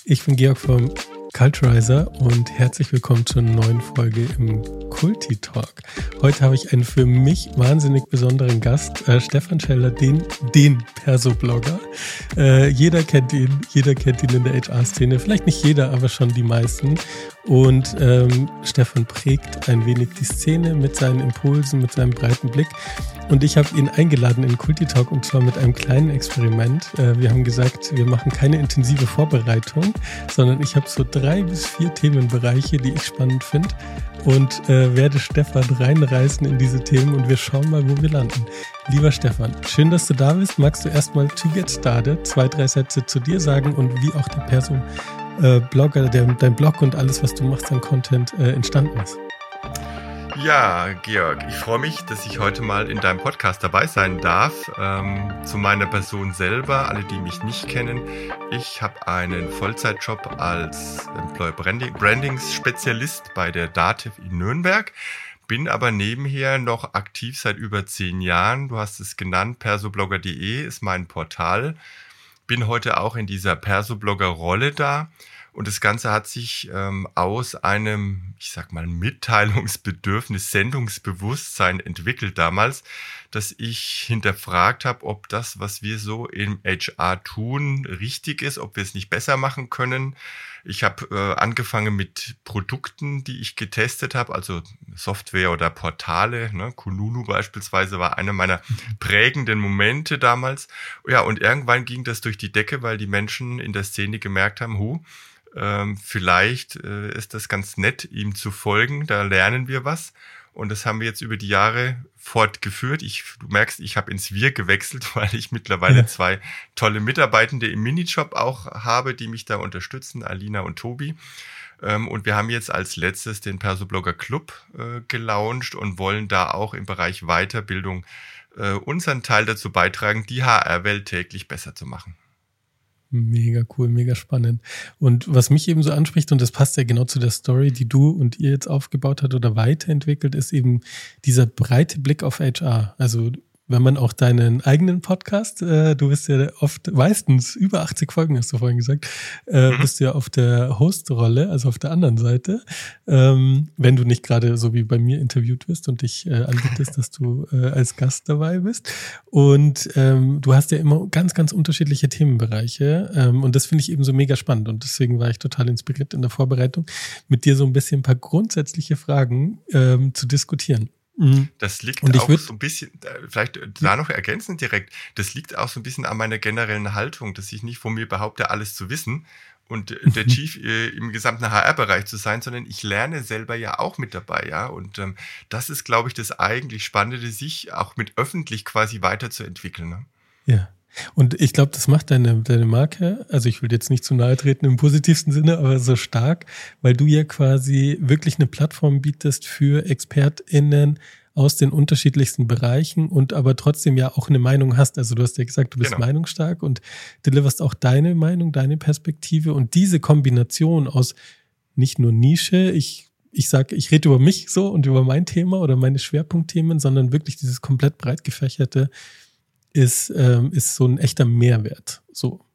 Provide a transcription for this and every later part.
Ich bin Georg vom Culturizer und herzlich willkommen zur neuen Folge im Kulti Talk. Heute habe ich einen für mich wahnsinnig besonderen Gast, Stefan Scheller, den Perso-Blogger. Jeder kennt ihn in der HR-Szene, vielleicht nicht jeder, aber schon die meisten. Und Stefan prägt ein wenig die Szene mit seinen Impulsen, mit seinem breiten Blick. Und ich habe ihn eingeladen in Kulti Talk und zwar mit einem kleinen Experiment. Wir haben gesagt, wir machen keine intensive Vorbereitung, sondern ich habe so 3 bis 4 Themenbereiche, die ich spannend finde und werde Stefan reinreißen in diese Themen und wir schauen mal, wo wir landen. Lieber Stefan, schön, dass du da bist. Magst du erstmal to get started 2, 3 Sätze zu dir sagen und wie auch der Perso-Blogger, dein Blog und alles, was du machst an Content entstanden ist? Ja, Georg, ich freue mich, dass ich heute mal in deinem Podcast dabei sein darf. Zu meiner Person selber, alle, die mich nicht kennen. Ich habe einen Vollzeitjob als Employer Branding Spezialist bei der DATEV in Nürnberg, bin aber nebenher noch aktiv seit über 10 Jahren. Du hast es genannt, persoblogger.de ist mein Portal. Bin heute auch in dieser Perso-Blogger-Rolle da. Und das Ganze hat sich aus einem, ich sag mal, Mitteilungsbedürfnis, Sendungsbewusstsein entwickelt damals, dass ich hinterfragt habe, ob das, was wir so im HR tun, richtig ist, ob wir es nicht besser machen können. Ich habe angefangen mit Produkten, die ich getestet habe, also Software oder Portale. Kununu beispielsweise war einer meiner prägenden Momente damals. Ja, und irgendwann ging das durch die Decke, weil die Menschen in der Szene gemerkt haben, vielleicht ist das ganz nett, ihm zu folgen, da lernen wir was. Und das haben wir jetzt über die Jahre fortgeführt. Du merkst, ich habe ins Wir gewechselt, weil ich mittlerweile 2 tolle Mitarbeitende im Minijob auch habe, die mich da unterstützen, Alina und Tobi. Und wir haben jetzt als letztes den Perso-Blogger Club gelauncht und wollen da auch im Bereich Weiterbildung unseren Teil dazu beitragen, die HR-Welt täglich besser zu machen. Mega cool, mega spannend. Und was mich eben so anspricht, und das passt ja genau zu der Story, die du und ihr jetzt aufgebaut habt oder weiterentwickelt, ist eben dieser breite Blick auf HR. Also wenn man auch deinen eigenen Podcast, du bist ja oft, meistens über 80 Folgen, hast du vorhin gesagt, bist du ja auf der Host-Rolle, also auf der anderen Seite, wenn du nicht gerade so wie bei mir interviewt wirst und dich anbietest, dass du als Gast dabei bist. Und du hast ja immer ganz, ganz unterschiedliche Themenbereiche und das finde ich eben so mega spannend und deswegen war ich total inspiriert in der Vorbereitung, mit dir so ein bisschen ein paar grundsätzliche Fragen zu diskutieren. Das liegt auch so ein bisschen, vielleicht da noch ergänzend direkt, das liegt auch so ein bisschen an meiner generellen Haltung, dass ich nicht von mir behaupte, alles zu wissen und der Chief im gesamten HR-Bereich zu sein, sondern ich lerne selber ja auch mit dabei, ja. Und das ist, glaube ich, das eigentlich Spannende, sich auch mit öffentlich quasi weiterzuentwickeln. Ne? Ja. Und ich glaube, das macht deine Marke, also ich will jetzt nicht zu nahe treten im positivsten Sinne, aber so stark, weil du ja quasi wirklich eine Plattform bietest für ExpertInnen aus den unterschiedlichsten Bereichen und aber trotzdem ja auch eine Meinung hast. Also du hast ja gesagt, du bist meinungsstark und deliverst auch deine Meinung, deine Perspektive und diese Kombination aus nicht nur Nische, ich rede über mich so und über mein Thema oder meine Schwerpunktthemen, sondern wirklich dieses komplett breit gefächerte ist so ein echter Mehrwert. So.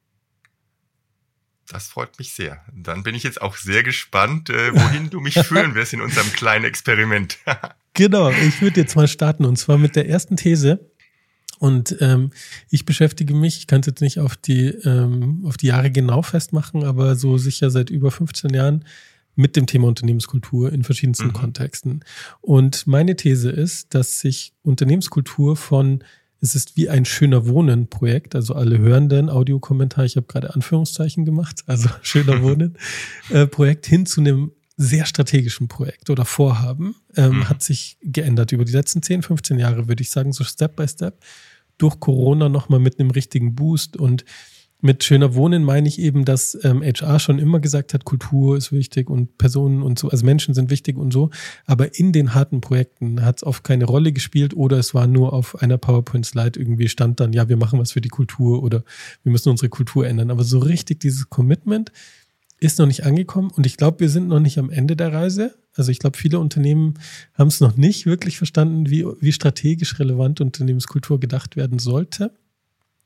Das freut mich sehr. Dann bin ich jetzt auch sehr gespannt, wohin du mich führen wirst in unserem kleinen Experiment. Genau, ich würde jetzt mal starten und zwar mit der ersten These. Und ich beschäftige mich, ich kann es jetzt nicht auf die Jahre genau festmachen, aber so sicher seit über 15 Jahren mit dem Thema Unternehmenskultur in verschiedensten Kontexten. Und meine These ist, dass sich Unternehmenskultur es ist wie ein schöner Wohnen-Projekt, also alle Hörenden, Audiokommentar, ich habe gerade Anführungszeichen gemacht, also schöner Wohnen-Projekt hin zu einem sehr strategischen Projekt oder Vorhaben, hat sich geändert über die letzten 10, 15 Jahre, würde ich sagen, so Step by Step, durch Corona nochmal mit einem richtigen Boost und mit schöner Wohnen meine ich eben, dass HR schon immer gesagt hat, Kultur ist wichtig und Personen und so, also Menschen sind wichtig und so. Aber in den harten Projekten hat es oft keine Rolle gespielt oder es war nur auf einer PowerPoint-Slide irgendwie stand dann, ja, wir machen was für die Kultur oder wir müssen unsere Kultur ändern. Aber so richtig dieses Commitment ist noch nicht angekommen und ich glaube, wir sind noch nicht am Ende der Reise. Also ich glaube, viele Unternehmen haben es noch nicht wirklich verstanden, wie strategisch relevant Unternehmenskultur gedacht werden sollte.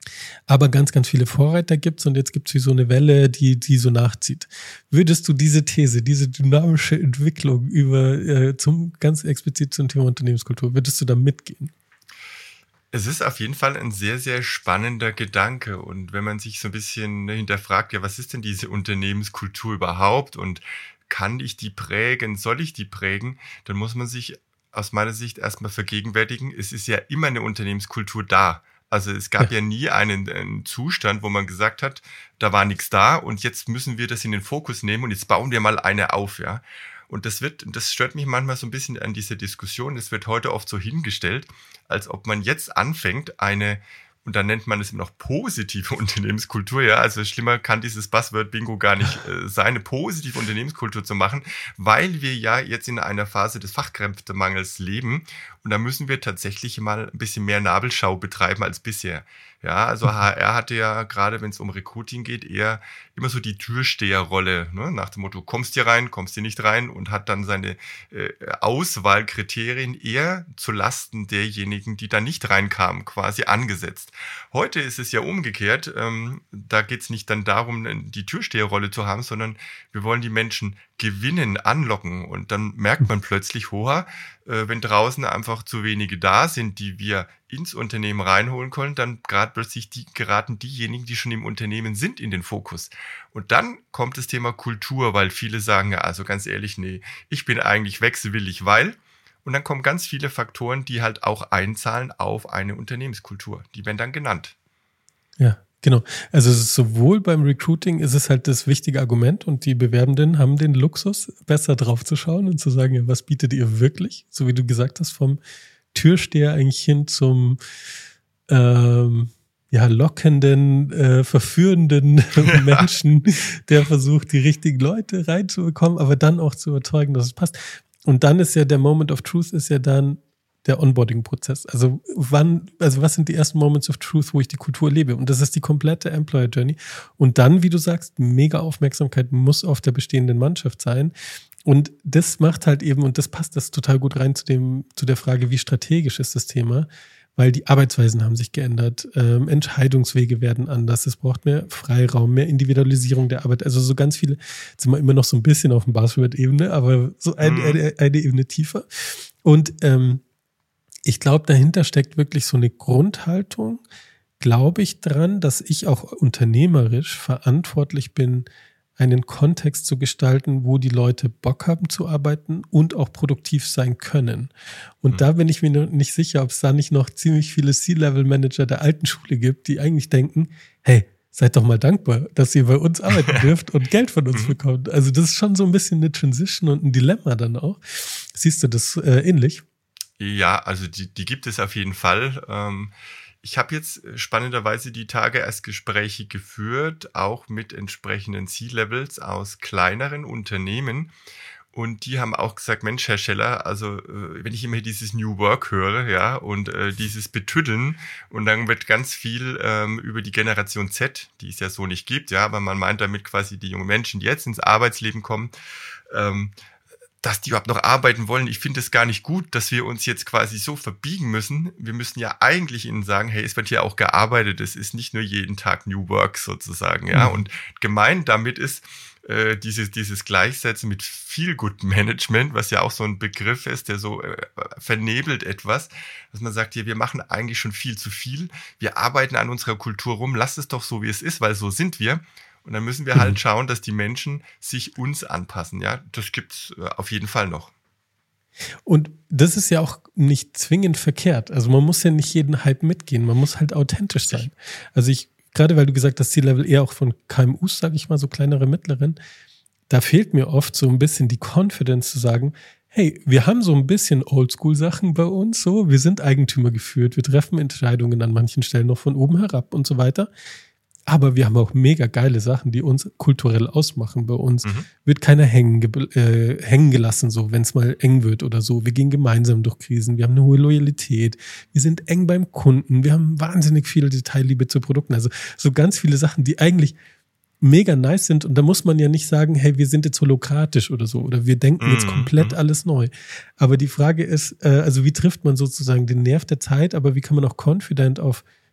aber ganz, ganz viele Vorreiter gibt's und jetzt gibt's wie so eine Welle, die so nachzieht. Würdest du diese These, diese dynamische Entwicklung ganz explizit zum Thema Unternehmenskultur, würdest du da mitgehen? Es ist auf jeden Fall ein sehr, sehr spannender Gedanke. Und wenn man sich so ein bisschen hinterfragt, ja, was ist denn diese Unternehmenskultur überhaupt und kann ich die prägen, soll ich die prägen, dann muss man sich aus meiner Sicht erstmal vergegenwärtigen, es ist ja immer eine Unternehmenskultur da. Also es gab ja nie einen Zustand, wo man gesagt hat, da war nichts da und jetzt müssen wir das in den Fokus nehmen und jetzt bauen wir mal eine auf, ja. Und das stört mich manchmal so ein bisschen an dieser Diskussion. Das wird heute oft so hingestellt, als ob man jetzt anfängt, und dann nennt man es immer noch positive Unternehmenskultur, ja, also schlimmer kann dieses Buzzword-Bingo gar nicht sein, eine positive Unternehmenskultur zu machen, weil wir ja jetzt in einer Phase des Fachkräftemangels leben und da müssen wir tatsächlich mal ein bisschen mehr Nabelschau betreiben als bisher. Ja, also HR hatte ja gerade, wenn es um Recruiting geht, eher immer so die Türsteherrolle, ne? Nach dem Motto, kommst hier rein, kommst hier nicht rein und hat dann seine Auswahlkriterien eher zu Lasten derjenigen, die da nicht reinkamen, quasi angesetzt. Heute ist es ja umgekehrt, da geht es nicht dann darum, die Türsteherrolle zu haben, sondern wir wollen die Menschen gewinnen, anlocken und dann merkt man plötzlich, wenn draußen einfach zu wenige da sind, die wir ins Unternehmen reinholen können, dann geraten diejenigen, die schon im Unternehmen sind, in den Fokus. Und dann kommt das Thema Kultur, weil viele sagen, ja, also ganz ehrlich, nee, ich bin eigentlich wechselwillig, weil... Und dann kommen ganz viele Faktoren, die halt auch einzahlen auf eine Unternehmenskultur. Die werden dann genannt. Ja, genau. Also es ist sowohl beim Recruiting ist es halt das wichtige Argument und die Bewerbenden haben den Luxus, besser drauf zu schauen und zu sagen, ja, was bietet ihr wirklich? So wie du gesagt hast, vom Türsteher eigentlich hin zum lockenden, verführenden Menschen, der versucht, die richtigen Leute reinzubekommen, aber dann auch zu überzeugen, dass es passt. Und dann ist ja der Moment of Truth ist ja dann der Onboarding-Prozess. Also was sind die ersten Moments of Truth, wo ich die Kultur lebe? Und das ist die komplette Employer Journey. Und dann, wie du sagst, mega Aufmerksamkeit muss auf der bestehenden Mannschaft sein. Und das macht halt eben, und das passt das total gut rein zu der Frage, wie strategisch ist das Thema? Weil die Arbeitsweisen haben sich geändert, Entscheidungswege werden anders, es braucht mehr Freiraum, mehr Individualisierung der Arbeit, also so ganz viele, jetzt sind wir immer noch so ein bisschen auf dem Buzzword-Ebene, aber so eine Ebene tiefer. Und ich glaube, dahinter steckt wirklich so eine Grundhaltung, glaube ich dran, dass ich auch unternehmerisch verantwortlich bin, einen Kontext zu gestalten, wo die Leute Bock haben zu arbeiten und auch produktiv sein können. Und da bin ich mir noch nicht sicher, ob es da nicht noch ziemlich viele C-Level-Manager der alten Schule gibt, die eigentlich denken, hey, seid doch mal dankbar, dass ihr bei uns arbeiten dürft und Geld von uns bekommt. Also das ist schon so ein bisschen eine Transition und ein Dilemma dann auch. Siehst du das ähnlich? Ja, also die gibt es auf jeden Fall. Ich habe jetzt spannenderweise die Tage erst Gespräche geführt, auch mit entsprechenden C-Levels aus kleineren Unternehmen. Und die haben auch gesagt, Mensch, Herr Scheller, also wenn ich immer dieses New Work höre, ja, und dieses Betüddeln und dann wird ganz viel über die Generation Z, die es ja so nicht gibt, ja, aber man meint damit quasi die jungen Menschen, die jetzt ins Arbeitsleben kommen, dass die überhaupt noch arbeiten wollen. Ich finde es gar nicht gut, dass wir uns jetzt quasi so verbiegen müssen. Wir müssen ja eigentlich ihnen sagen, hey, es wird hier auch gearbeitet. Es ist nicht nur jeden Tag New Work sozusagen, ja. Und gemeint damit ist dieses Gleichsetzen mit Feel-Good-Management, was ja auch so ein Begriff ist, der so vernebelt etwas, dass man sagt, hier, wir machen eigentlich schon viel zu viel. Wir arbeiten an unserer Kultur rum. Lasst es doch so, wie es ist, weil so sind wir. Und dann müssen wir halt schauen, dass die Menschen sich uns anpassen. Ja, das gibt's auf jeden Fall noch. Und das ist ja auch nicht zwingend verkehrt. Also man muss ja nicht jeden Hype mitgehen. Man muss halt authentisch sein. Also gerade weil du gesagt hast, C-Level eher auch von KMUs, sage ich mal, so kleinere, mittleren, da fehlt mir oft so ein bisschen die Confidence zu sagen, hey, wir haben so ein bisschen Oldschool-Sachen bei uns, so, wir sind Eigentümer geführt, wir treffen Entscheidungen an manchen Stellen noch von oben herab und so weiter. Aber wir haben auch mega geile Sachen, die uns kulturell ausmachen. Bei uns wird keiner hängen gelassen, so wenn es mal eng wird oder so. Wir gehen gemeinsam durch Krisen. Wir haben eine hohe Loyalität. Wir sind eng beim Kunden. Wir haben wahnsinnig viel Detailliebe zu Produkten. Also so ganz viele Sachen, die eigentlich mega nice sind. Und da muss man ja nicht sagen, hey, wir sind jetzt holokratisch oder so. Oder wir denken jetzt komplett alles neu. Aber die Frage ist, also wie trifft man sozusagen den Nerv der Zeit, aber wie kann man auch confident auf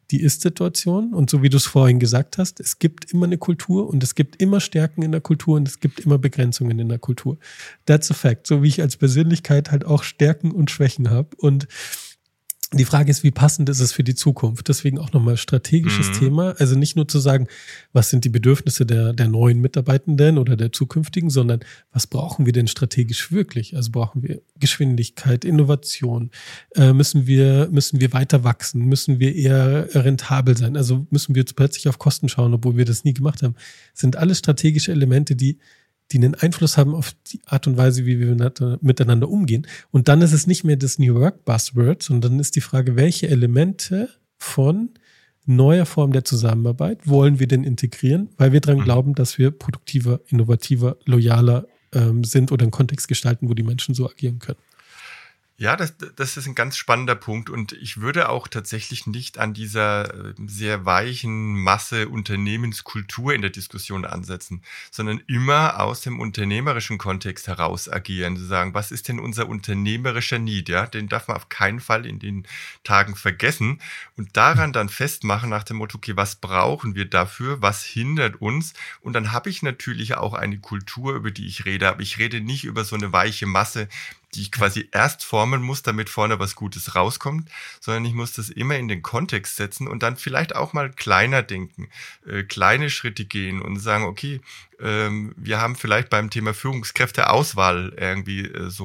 die Ist-Situation. Und so wie du es vorhin gesagt hast, es gibt immer eine Kultur und es gibt immer Stärken in der Kultur und es gibt immer Begrenzungen in der Kultur. That's a fact. So wie ich als Persönlichkeit halt auch Stärken und Schwächen habe. Und die Frage ist, wie passend ist es für die Zukunft? Deswegen auch nochmal strategisches Thema. Also nicht nur zu sagen, was sind die Bedürfnisse der neuen Mitarbeitenden oder der zukünftigen, sondern was brauchen wir denn strategisch wirklich? Also brauchen wir Geschwindigkeit, Innovation? Müssen wir weiter wachsen? Müssen wir eher rentabel sein? Also müssen wir jetzt plötzlich auf Kosten schauen, obwohl wir das nie gemacht haben? Das sind alles strategische Elemente, die einen Einfluss haben auf die Art und Weise, wie wir miteinander umgehen. Und dann ist es nicht mehr das New Work Buzzword, sondern dann ist die Frage, welche Elemente von neuer Form der Zusammenarbeit wollen wir denn integrieren, weil wir daran glauben, dass wir produktiver, innovativer, loyaler sind oder einen Kontext gestalten, wo die Menschen so agieren können. Ja, das ist ein ganz spannender Punkt und ich würde auch tatsächlich nicht an dieser sehr weichen Masse Unternehmenskultur in der Diskussion ansetzen, sondern immer aus dem unternehmerischen Kontext heraus agieren, zu sagen, was ist denn unser unternehmerischer Need, ja, den darf man auf keinen Fall in den Tagen vergessen und daran dann festmachen nach dem Motto, okay, was brauchen wir dafür, was hindert uns und dann habe ich natürlich auch eine Kultur, über die ich rede, aber ich rede nicht über so eine weiche Masse, die ich quasi erst formen muss, damit vorne was Gutes rauskommt, sondern ich muss das immer in den Kontext setzen und dann vielleicht auch mal kleiner denken, kleine Schritte gehen und sagen, okay, wir haben vielleicht beim Thema Führungskräfteauswahl irgendwie so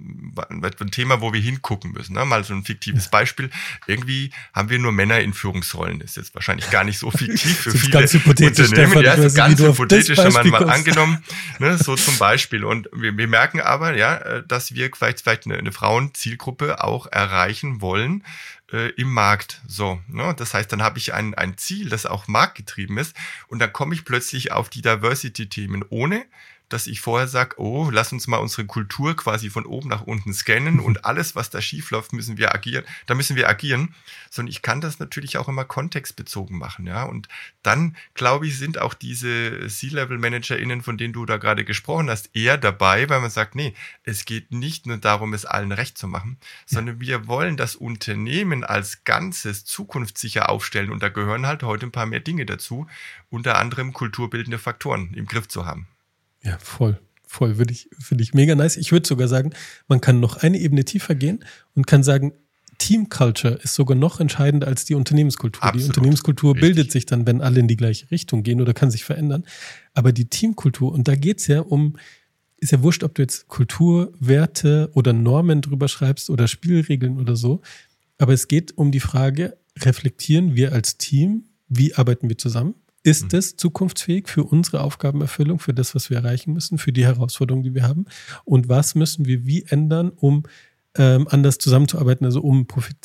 ein Thema, wo wir hingucken müssen. Ne? Mal so ein fiktives Beispiel. Irgendwie haben wir nur Männer in Führungsrollen. Das ist jetzt wahrscheinlich gar nicht so fiktiv für viele ganz hypothetisch, Unternehmen. Stefan, Ja, ist ganz hypothetisch, haben wir mal kommst. angenommen. Ne? So zum Beispiel. Und wir merken aber, ja, dass wir vielleicht eine Frauenzielgruppe auch erreichen wollen, im Markt. So, ne? Das heißt, dann habe ich ein Ziel, das auch marktgetrieben ist und dann komme ich plötzlich auf die Diversity-Themen, ohne dass ich vorher sage, oh, lass uns mal unsere Kultur quasi von oben nach unten scannen und alles, was da schief läuft, müssen wir agieren, sondern ich kann das natürlich auch immer kontextbezogen machen, ja, und dann, glaube ich, sind auch diese C-Level-ManagerInnen, von denen du da gerade gesprochen hast, eher dabei, weil man sagt, nee, es geht nicht nur darum, es allen recht zu machen, sondern wir wollen das Unternehmen als Ganzes zukunftssicher aufstellen und da gehören halt heute ein paar mehr Dinge dazu, unter anderem kulturbildende Faktoren im Griff zu haben. Ja, voll. Finde ich mega nice. Ich würde sogar sagen, man kann noch eine Ebene tiefer gehen und kann sagen, Team Culture ist sogar noch entscheidender als die Unternehmenskultur. Absolut. Die Unternehmenskultur Richtig. bildet sich dann, wenn alle in die gleiche Richtung gehen oder kann sich verändern. Aber die Teamkultur, und da geht's ja ist ja wurscht, ob du jetzt Kultur, Werte oder Normen drüber schreibst oder Spielregeln oder so. Aber es geht um die Frage, reflektieren wir als Team, wie arbeiten wir zusammen? Ist es zukunftsfähig für unsere Aufgabenerfüllung, für das, was wir erreichen müssen, für die Herausforderungen, die wir haben? Und was müssen wir wie ändern, um anders zusammenzuarbeiten, also um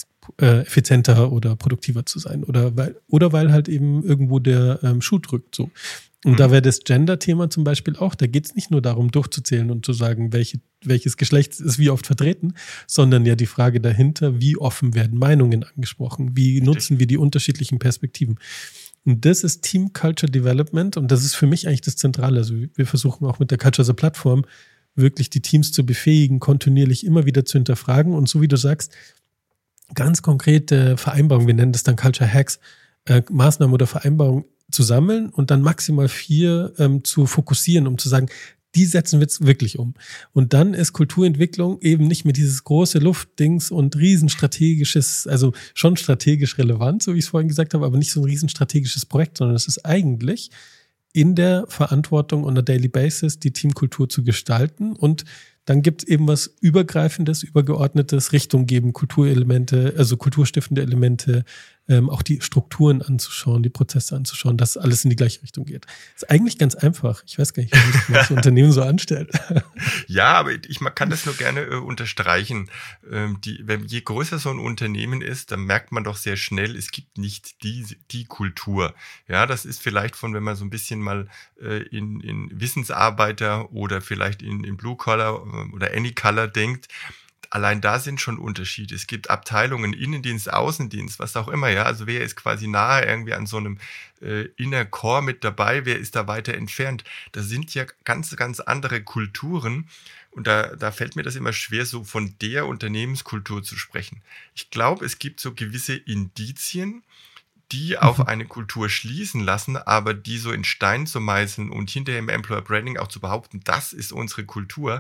effizienter oder produktiver zu sein? Oder weil halt eben irgendwo der Schuh drückt. So. Und da wäre das Gender-Thema zum Beispiel auch, da geht es nicht nur darum, durchzuzählen und zu sagen, welches Geschlecht ist wie oft vertreten, sondern ja die Frage dahinter, wie offen werden Meinungen angesprochen? Wie nutzen wir die unterschiedlichen Perspektiven? Und das ist Team Culture Development und das ist für mich eigentlich das Zentrale. Also wir versuchen auch mit der Culture as a Plattform wirklich die Teams zu befähigen, kontinuierlich immer wieder zu hinterfragen und so wie du sagst, ganz konkrete Vereinbarungen, wir nennen das dann Culture Hacks, Maßnahmen oder Vereinbarungen zu sammeln und dann maximal 4 zu fokussieren, um zu sagen, die setzen wir jetzt wirklich um. Und dann ist Kulturentwicklung eben nicht mehr dieses große Luftdings und riesenstrategisches, also schon strategisch relevant, so wie ich es vorhin gesagt habe, aber nicht so ein riesenstrategisches Projekt, sondern es ist eigentlich in der Verantwortung on a daily basis die Teamkultur zu gestalten und dann gibt es eben was Übergreifendes, Übergeordnetes, Richtung geben, Kulturelemente, also kulturstiftende Elemente, auch die Strukturen anzuschauen, die Prozesse anzuschauen, dass alles in die gleiche Richtung geht. Ist eigentlich ganz einfach. Ich weiß gar nicht, wie sich das Unternehmen so anstellt. Ja, aber man kann das nur gerne unterstreichen. Je größer so ein Unternehmen ist, dann merkt man doch sehr schnell, es gibt nicht die Kultur. Ja, das ist vielleicht wenn man so ein bisschen mal in Wissensarbeiter oder vielleicht in Blue Collar oder Any Color denkt, allein da sind schon Unterschiede. Es gibt Abteilungen, Innendienst, Außendienst, was auch immer, ja. Also wer ist quasi nahe irgendwie an so einem Inner Core mit dabei, wer ist da weiter entfernt? Da sind ja ganz, ganz andere Kulturen und da fällt mir das immer schwer, so von der Unternehmenskultur zu sprechen. Ich glaube, es gibt so gewisse Indizien, die auf eine Kultur schließen lassen, aber die so in Stein zu meißeln und hinterher im Employer Branding auch zu behaupten, das ist unsere Kultur,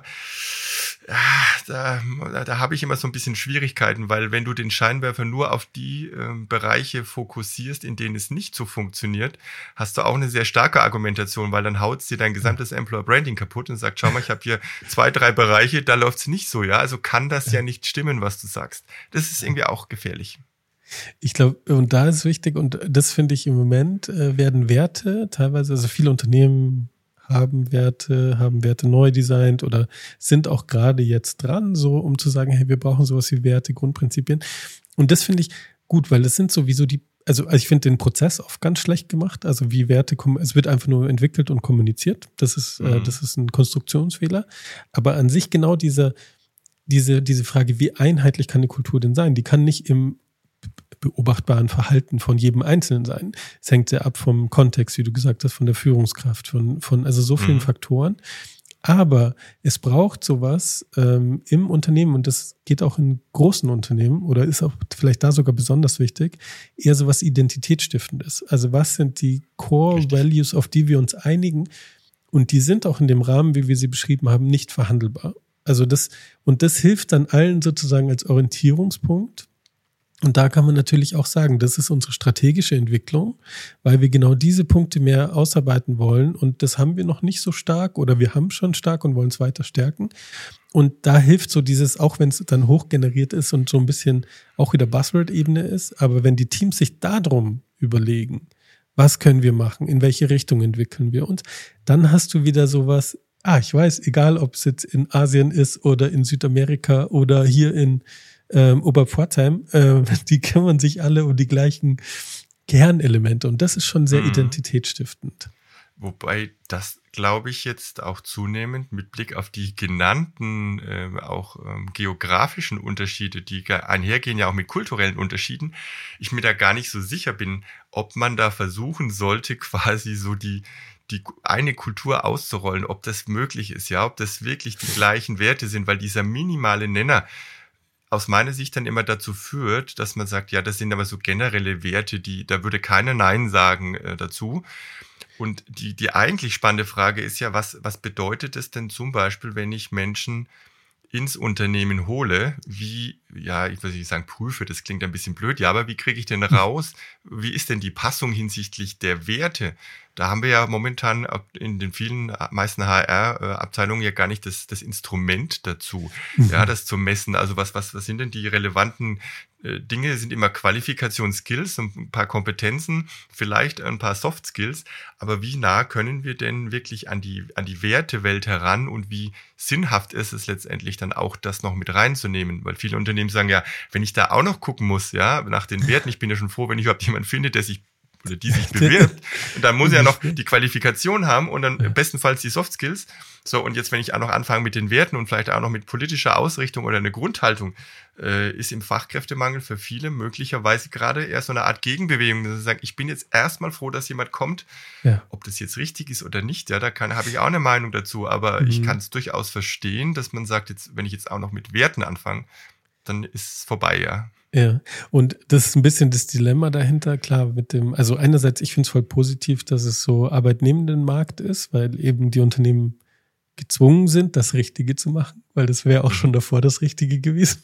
da habe ich immer so ein bisschen Schwierigkeiten, weil wenn du den Scheinwerfer nur auf die Bereiche fokussierst, in denen es nicht so funktioniert, hast du auch eine sehr starke Argumentation, weil dann haut dir dein gesamtes Employer Branding kaputt und sagt, schau mal, ich habe hier 2, 3 Bereiche, da läuft es nicht so, ja, also kann das ja nicht stimmen, was du sagst. Das ist irgendwie auch gefährlich. Ich glaube, und da ist wichtig, und das finde ich im Moment, werden Werte teilweise, also viele Unternehmen haben Werte neu designt oder sind auch gerade jetzt dran, so um zu sagen, hey, wir brauchen sowas wie Werte, Grundprinzipien. Und das finde ich gut, weil das sind sowieso also ich finde den Prozess oft ganz schlecht gemacht. Also wie Werte es wird einfach nur entwickelt und kommuniziert. Das ist ein Konstruktionsfehler. Aber an sich genau diese Frage, wie einheitlich kann eine Kultur denn sein? Die kann nicht im beobachtbaren Verhalten von jedem Einzelnen sein. Es hängt sehr ab vom Kontext, wie du gesagt hast, von der Führungskraft, von also so vielen Faktoren. Aber es braucht sowas im Unternehmen, und das geht auch in großen Unternehmen oder ist auch vielleicht da sogar besonders wichtig, eher sowas Identitätsstiftendes. Also was sind die Core Values, auf die wir uns einigen? Und die sind auch in dem Rahmen, wie wir sie beschrieben haben, nicht verhandelbar. Also das hilft dann allen sozusagen als Orientierungspunkt. Und da kann man natürlich auch sagen, das ist unsere strategische Entwicklung, weil wir genau diese Punkte mehr ausarbeiten wollen. Und das haben wir noch nicht so stark oder wir haben schon stark und wollen es weiter stärken. Und da hilft so dieses, auch wenn es dann hochgeneriert ist und so ein bisschen auch wieder Buzzword-Ebene ist, aber wenn die Teams sich darum überlegen, was können wir machen, in welche Richtung entwickeln wir uns, dann hast du wieder sowas, ich weiß, egal ob es jetzt in Asien ist oder in Südamerika oder hier in Oberpforzheim, die kümmern sich alle um die gleichen Kernelemente und das ist schon sehr identitätsstiftend. Wobei das, glaube ich, jetzt auch zunehmend mit Blick auf die genannten geografischen Unterschiede, die einhergehen ja auch mit kulturellen Unterschieden, ich mir da gar nicht so sicher bin, ob man da versuchen sollte, quasi so die eine Kultur auszurollen, ob das möglich ist, ja, ob das wirklich die gleichen Werte sind, weil dieser minimale Nenner aus meiner Sicht dann immer dazu führt, dass man sagt, ja, das sind aber so generelle Werte, da würde keiner Nein sagen dazu. Und die eigentlich spannende Frage ist ja, was bedeutet es denn zum Beispiel, wenn ich Menschen ins Unternehmen hole, ich will nicht sagen prüfe, das klingt ein bisschen blöd, ja, aber wie kriege ich denn raus, wie ist denn die Passung hinsichtlich der Werte? Da haben wir ja momentan in den meisten HR-Abteilungen ja gar nicht das Instrument dazu, ja, das zu messen. Also was sind denn die relevanten Dinge? Sind immer Qualifikationsskills und ein paar Kompetenzen, vielleicht ein paar Soft Skills. Aber wie nah können wir denn wirklich an die Wertewelt heran und wie sinnhaft ist es letztendlich dann auch, das noch mit reinzunehmen? Weil viele Unternehmen sagen ja, wenn ich da auch noch gucken muss, ja, nach den Werten, ich bin ja schon froh, wenn ich überhaupt jemanden finde, der sich oder die sich bewirbt. Und dann muss er ja noch die Qualifikation haben und dann bestenfalls die Soft Skills. So, und jetzt, wenn ich auch noch anfange mit den Werten und vielleicht auch noch mit politischer Ausrichtung oder eine Grundhaltung, ist im Fachkräftemangel für viele möglicherweise gerade eher so eine Art Gegenbewegung. Dass sie sagen, ich bin jetzt erstmal froh, dass jemand kommt. Ja. Ob das jetzt richtig ist oder nicht, ja, habe ich auch eine Meinung dazu. Aber ich kann es durchaus verstehen, dass man sagt, jetzt, wenn ich jetzt auch noch mit Werten anfange, dann ist es vorbei, ja. Ja, und das ist ein bisschen das Dilemma dahinter, klar, also einerseits, ich finde es voll positiv, dass es so Arbeitnehmendenmarkt ist, weil eben die Unternehmen gezwungen sind, das Richtige zu machen, weil das wäre auch schon davor das Richtige gewesen.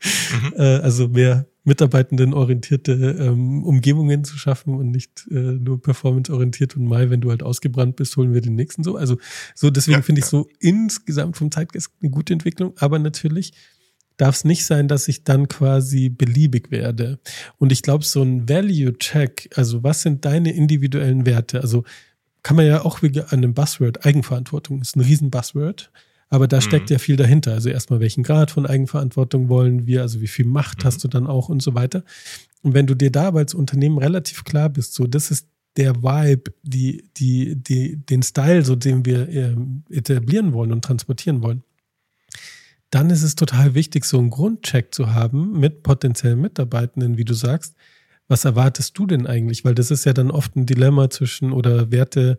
Also mehr mitarbeitendenorientierte Umgebungen zu schaffen und nicht nur performanceorientiert und mal, wenn du halt ausgebrannt bist, holen wir den nächsten so. Also so deswegen finde ich so insgesamt vom Zeitgeist eine gute Entwicklung, aber natürlich darf es nicht sein, dass ich dann quasi beliebig werde. Und ich glaube, so ein Value-Check, also was sind deine individuellen Werte? Also kann man ja auch wieder an dem Buzzword, Eigenverantwortung ist ein Riesen-Buzzword, aber da steckt ja viel dahinter. Also erstmal, welchen Grad von Eigenverantwortung wollen wir, also wie viel Macht hast du dann auch und so weiter. Und wenn du dir da aber als Unternehmen relativ klar bist, so das ist der Vibe, den Style, so den wir etablieren wollen und transportieren wollen, dann ist es total wichtig, so einen Grundcheck zu haben mit potenziellen Mitarbeitenden, wie du sagst. Was erwartest du denn eigentlich? Weil das ist ja dann oft ein Dilemma zwischen oder Werte,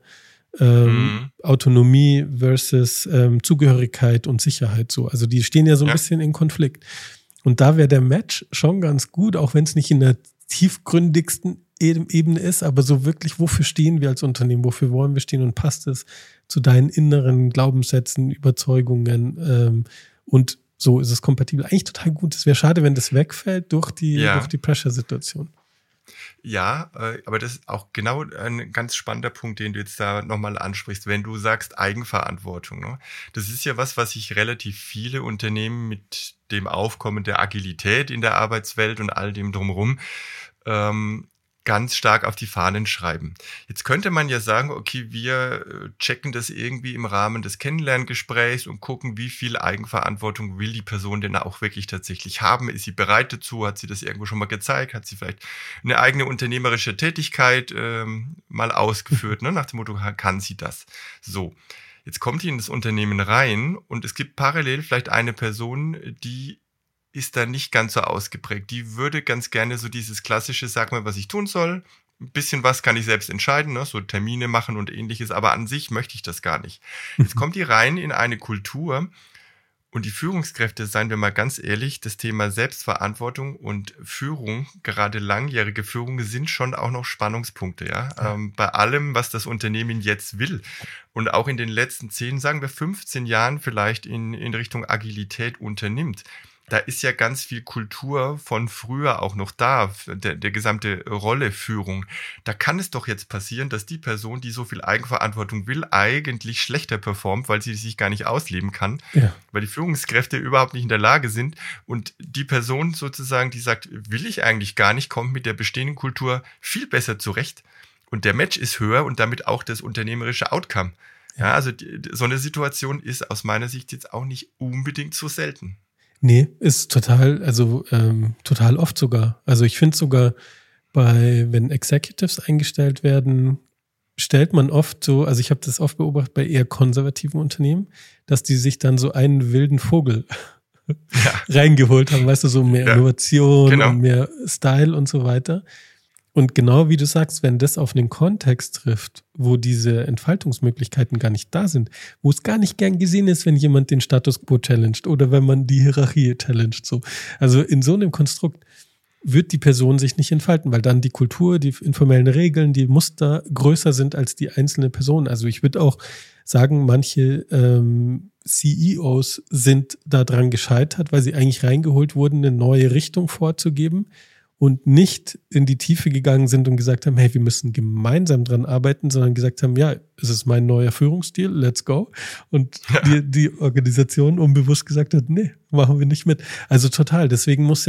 Autonomie versus Zugehörigkeit und Sicherheit so. Also die stehen ja so ein bisschen in Konflikt. Und da wäre der Match schon ganz gut, auch wenn es nicht in der tiefgründigsten Metaebene ist, aber so wirklich, wofür stehen wir als Unternehmen, wofür wollen wir stehen und passt es zu deinen inneren Glaubenssätzen, Überzeugungen und so ist es kompatibel. Eigentlich total gut. Es wäre schade, wenn das wegfällt durch die Pressure-Situation. Ja, aber das ist auch genau ein ganz spannender Punkt, den du jetzt da nochmal ansprichst, wenn du sagst Eigenverantwortung. Ne? Das ist ja was sich relativ viele Unternehmen mit dem Aufkommen der Agilität in der Arbeitswelt und all dem drumherum ganz stark auf die Fahnen schreiben. Jetzt könnte man ja sagen, okay, wir checken das irgendwie im Rahmen des Kennenlerngesprächs und gucken, wie viel Eigenverantwortung will die Person denn auch wirklich tatsächlich haben. Ist sie bereit dazu? Hat sie das irgendwo schon mal gezeigt? Hat sie vielleicht eine eigene unternehmerische Tätigkeit mal ausgeführt? Ne? Nach dem Motto, kann sie das? So, jetzt kommt die in das Unternehmen rein und es gibt parallel vielleicht eine Person, die ist da nicht ganz so ausgeprägt. Die würde ganz gerne so dieses klassische, sag mal, was ich tun soll. Ein bisschen was kann ich selbst entscheiden, ne? So Termine machen und ähnliches, aber an sich möchte ich das gar nicht. Jetzt kommt die rein in eine Kultur und die Führungskräfte, seien wir mal ganz ehrlich, das Thema Selbstverantwortung und Führung, gerade langjährige Führung, sind schon auch noch Spannungspunkte, ja. Bei allem, was das Unternehmen jetzt will und auch in den letzten 10, sagen wir 15 Jahren vielleicht in Richtung Agilität unternimmt. Da ist ja ganz viel Kultur von früher auch noch da, der gesamte Rolleführung. Da kann es doch jetzt passieren, dass die Person, die so viel Eigenverantwortung will, eigentlich schlechter performt, weil sie sich gar nicht ausleben kann, weil die Führungskräfte überhaupt nicht in der Lage sind. Und die Person sozusagen, die sagt, will ich eigentlich gar nicht, kommt mit der bestehenden Kultur viel besser zurecht. Und der Match ist höher und damit auch das unternehmerische Outcome. Ja, also so eine Situation ist aus meiner Sicht jetzt auch nicht unbedingt so selten. Nee, ist total oft sogar. Also ich finde sogar wenn Executives eingestellt werden, stellt man oft so, also ich habe das oft beobachtet bei eher konservativen Unternehmen, dass die sich dann so einen wilden Vogel reingeholt haben, weißt du, so mehr Innovation und mehr Style und so weiter. Und genau wie du sagst, wenn das auf einen Kontext trifft, wo diese Entfaltungsmöglichkeiten gar nicht da sind, wo es gar nicht gern gesehen ist, wenn jemand den Status quo challenged oder wenn man die Hierarchie challenged, so. Also in so einem Konstrukt wird die Person sich nicht entfalten, weil dann die Kultur, die informellen Regeln, die Muster größer sind als die einzelne Person. Also ich würde auch sagen, manche CEOs sind daran gescheitert, weil sie eigentlich reingeholt wurden, eine neue Richtung vorzugeben und nicht in die Tiefe gegangen sind und gesagt haben, hey, wir müssen gemeinsam dran arbeiten, sondern gesagt haben, ja, es ist mein neuer Führungsstil, let's go. Und die Organisation unbewusst gesagt hat, nee, machen wir nicht mit. Also total, deswegen ist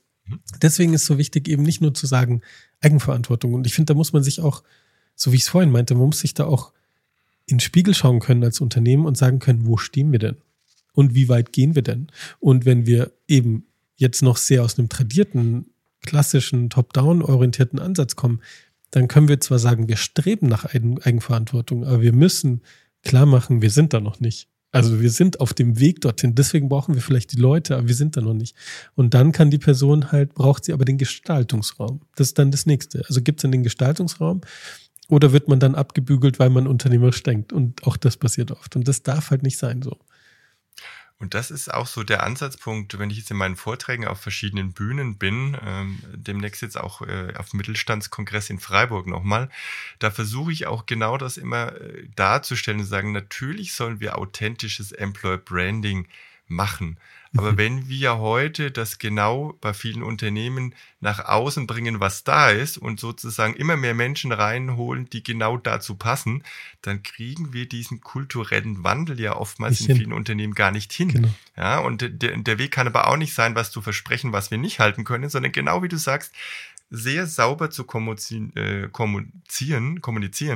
so wichtig, eben nicht nur zu sagen, Eigenverantwortung. Und ich finde, da muss man sich auch, so wie ich es vorhin meinte, man muss sich da auch in den Spiegel schauen können als Unternehmen und sagen können, wo stehen wir denn? Und wie weit gehen wir denn? Und wenn wir eben jetzt noch sehr aus einem tradierten, klassischen, top-down-orientierten Ansatz kommen, dann können wir zwar sagen, wir streben nach Eigenverantwortung, aber wir müssen klar machen, wir sind da noch nicht. Also wir sind auf dem Weg dorthin, deswegen brauchen wir vielleicht die Leute, aber wir sind da noch nicht. Und dann kann die Person braucht sie aber den Gestaltungsraum. Das ist dann das Nächste. Also gibt es dann den Gestaltungsraum oder wird man dann abgebügelt, weil man unternehmerisch denkt? Und auch das passiert oft. Und das darf halt nicht sein so. Und das ist auch so der Ansatzpunkt, wenn ich jetzt in meinen Vorträgen auf verschiedenen Bühnen bin, demnächst jetzt auch auf dem Mittelstandskongress in Freiburg nochmal, da versuche ich auch genau das immer darzustellen und sagen, natürlich sollen wir authentisches Employer Branding machen. Aber wenn wir heute das genau bei vielen Unternehmen nach außen bringen, was da ist und sozusagen immer mehr Menschen reinholen, die genau dazu passen, dann kriegen wir diesen kulturellen Wandel ja oftmals in vielen Unternehmen gar nicht hin. Genau. Ja, und der Weg kann aber auch nicht sein, was zu versprechen, was wir nicht halten können, sondern genau wie du sagst, sehr sauber zu kommunizieren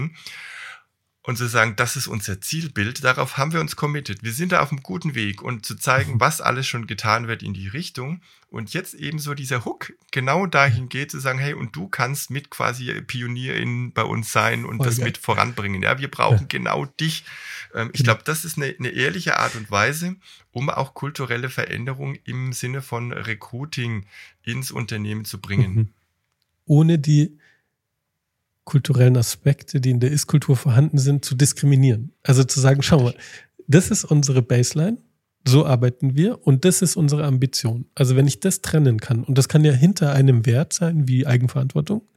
und zu sagen, das ist unser Zielbild, darauf haben wir uns committed. Wir sind da auf einem guten Weg und zu zeigen, was alles schon getan wird in die Richtung und jetzt eben so dieser Hook genau dahin geht, zu sagen, hey, und du kannst mit quasi Pionierin bei uns sein und das mit voranbringen. Ja, wir brauchen genau dich. Ich glaube, das ist eine ehrliche Art und Weise, um auch kulturelle Veränderung im Sinne von Recruiting ins Unternehmen zu bringen. Ohne die kulturellen Aspekte, die in der Ist-Kultur vorhanden sind, zu diskriminieren. Also zu sagen, schau mal, das ist unsere Baseline, so arbeiten wir und das ist unsere Ambition. Also wenn ich das trennen kann, und das kann ja hinter einem Wert sein, wie Eigenverantwortung,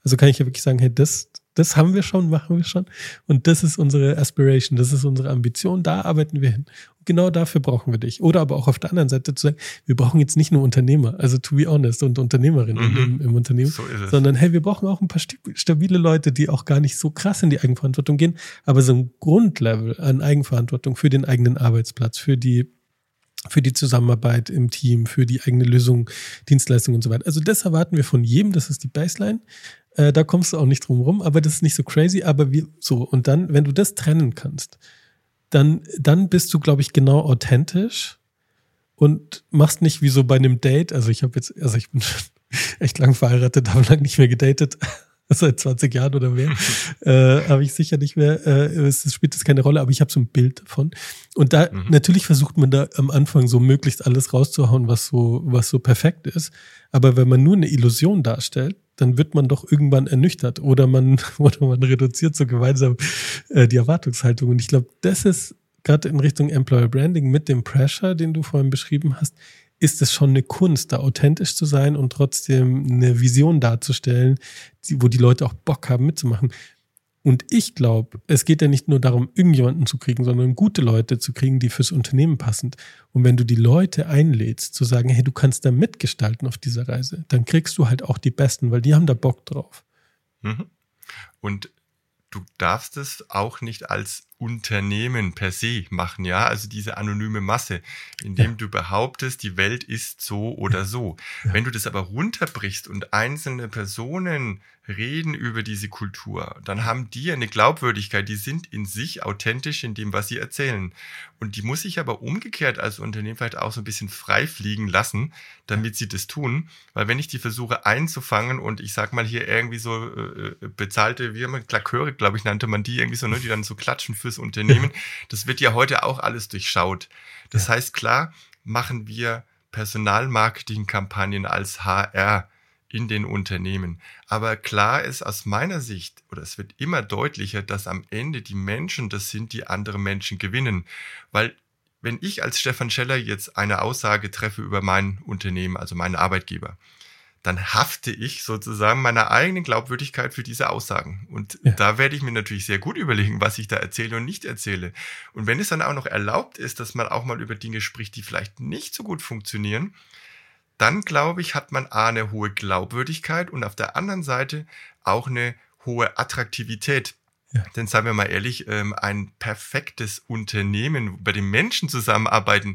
Also kann ich ja wirklich sagen, hey, das haben wir schon, machen wir schon. Und das ist unsere Aspiration, das ist unsere Ambition, da arbeiten wir hin. Und genau dafür brauchen wir dich. Oder aber auch auf der anderen Seite zu sagen, wir brauchen jetzt nicht nur Unternehmer, also to be honest, und Unternehmerinnen im Unternehmen, so sondern hey, wir brauchen auch ein paar stabile Leute, die auch gar nicht so krass in die Eigenverantwortung gehen, aber so ein Grundlevel an Eigenverantwortung für den eigenen Arbeitsplatz, für die Zusammenarbeit im Team, für die eigene Lösung, Dienstleistung und so weiter. Also das erwarten wir von jedem, das ist die Baseline. Da kommst du auch nicht drum rum, aber das ist nicht so crazy, aber und dann, wenn du das trennen kannst, dann bist du, glaube ich, genau authentisch und machst nicht wie so bei einem Date, ich bin schon echt lang verheiratet, habe lang nicht mehr gedatet, seit 20 Jahren oder mehr, habe ich sicher nicht mehr, es spielt das keine Rolle, aber ich habe so ein Bild davon. Und da natürlich versucht man da am Anfang so möglichst alles rauszuhauen, was so perfekt ist. Aber wenn man nur eine Illusion darstellt, dann wird man doch irgendwann ernüchtert oder man reduziert so gemeinsam die Erwartungshaltung. Und ich glaube, das ist gerade in Richtung Employer Branding mit dem Pressure, den du vorhin beschrieben hast, ist es schon eine Kunst, da authentisch zu sein und trotzdem eine Vision darzustellen, wo die Leute auch Bock haben mitzumachen. Und ich glaube, es geht ja nicht nur darum, irgendjemanden zu kriegen, sondern gute Leute zu kriegen, die fürs Unternehmen passend. Und wenn du die Leute einlädst, zu sagen, hey, du kannst da mitgestalten auf dieser Reise, dann kriegst du halt auch die Besten, weil die haben da Bock drauf. Und du darfst es auch nicht als Unternehmen per se machen, ja, also diese anonyme Masse, indem du behauptest, die Welt ist so oder so. Ja. Wenn du das aber runterbrichst und einzelne Personen reden über diese Kultur, dann haben die eine Glaubwürdigkeit, die sind in sich authentisch in dem, was sie erzählen. Und die muss ich aber umgekehrt als Unternehmen vielleicht auch so ein bisschen frei fliegen lassen, damit sie das tun. Weil wenn ich die versuche einzufangen und ich sag mal hier irgendwie so bezahlte, wie man Klaköre, glaube ich, nannte man die irgendwie so, ne, die dann so klatschen fürs Unternehmen, das wird ja heute auch alles durchschaut. Das heißt, klar machen wir Personalmarketing-Kampagnen als HR in den Unternehmen. Aber klar ist aus meiner Sicht, oder es wird immer deutlicher, dass am Ende die Menschen das sind, die andere Menschen gewinnen. Weil wenn ich als Stefan Scheller jetzt eine Aussage treffe über mein Unternehmen, also meinen Arbeitgeber, dann hafte ich sozusagen meiner eigenen Glaubwürdigkeit für diese Aussagen. Und da werde ich mir natürlich sehr gut überlegen, was ich da erzähle und nicht erzähle. Und wenn es dann auch noch erlaubt ist, dass man auch mal über Dinge spricht, die vielleicht nicht so gut funktionieren, dann glaube ich, hat man eine hohe Glaubwürdigkeit und auf der anderen Seite auch eine hohe Attraktivität. Ja. Denn seien wir mal ehrlich, ein perfektes Unternehmen, bei dem Menschen zusammenarbeiten,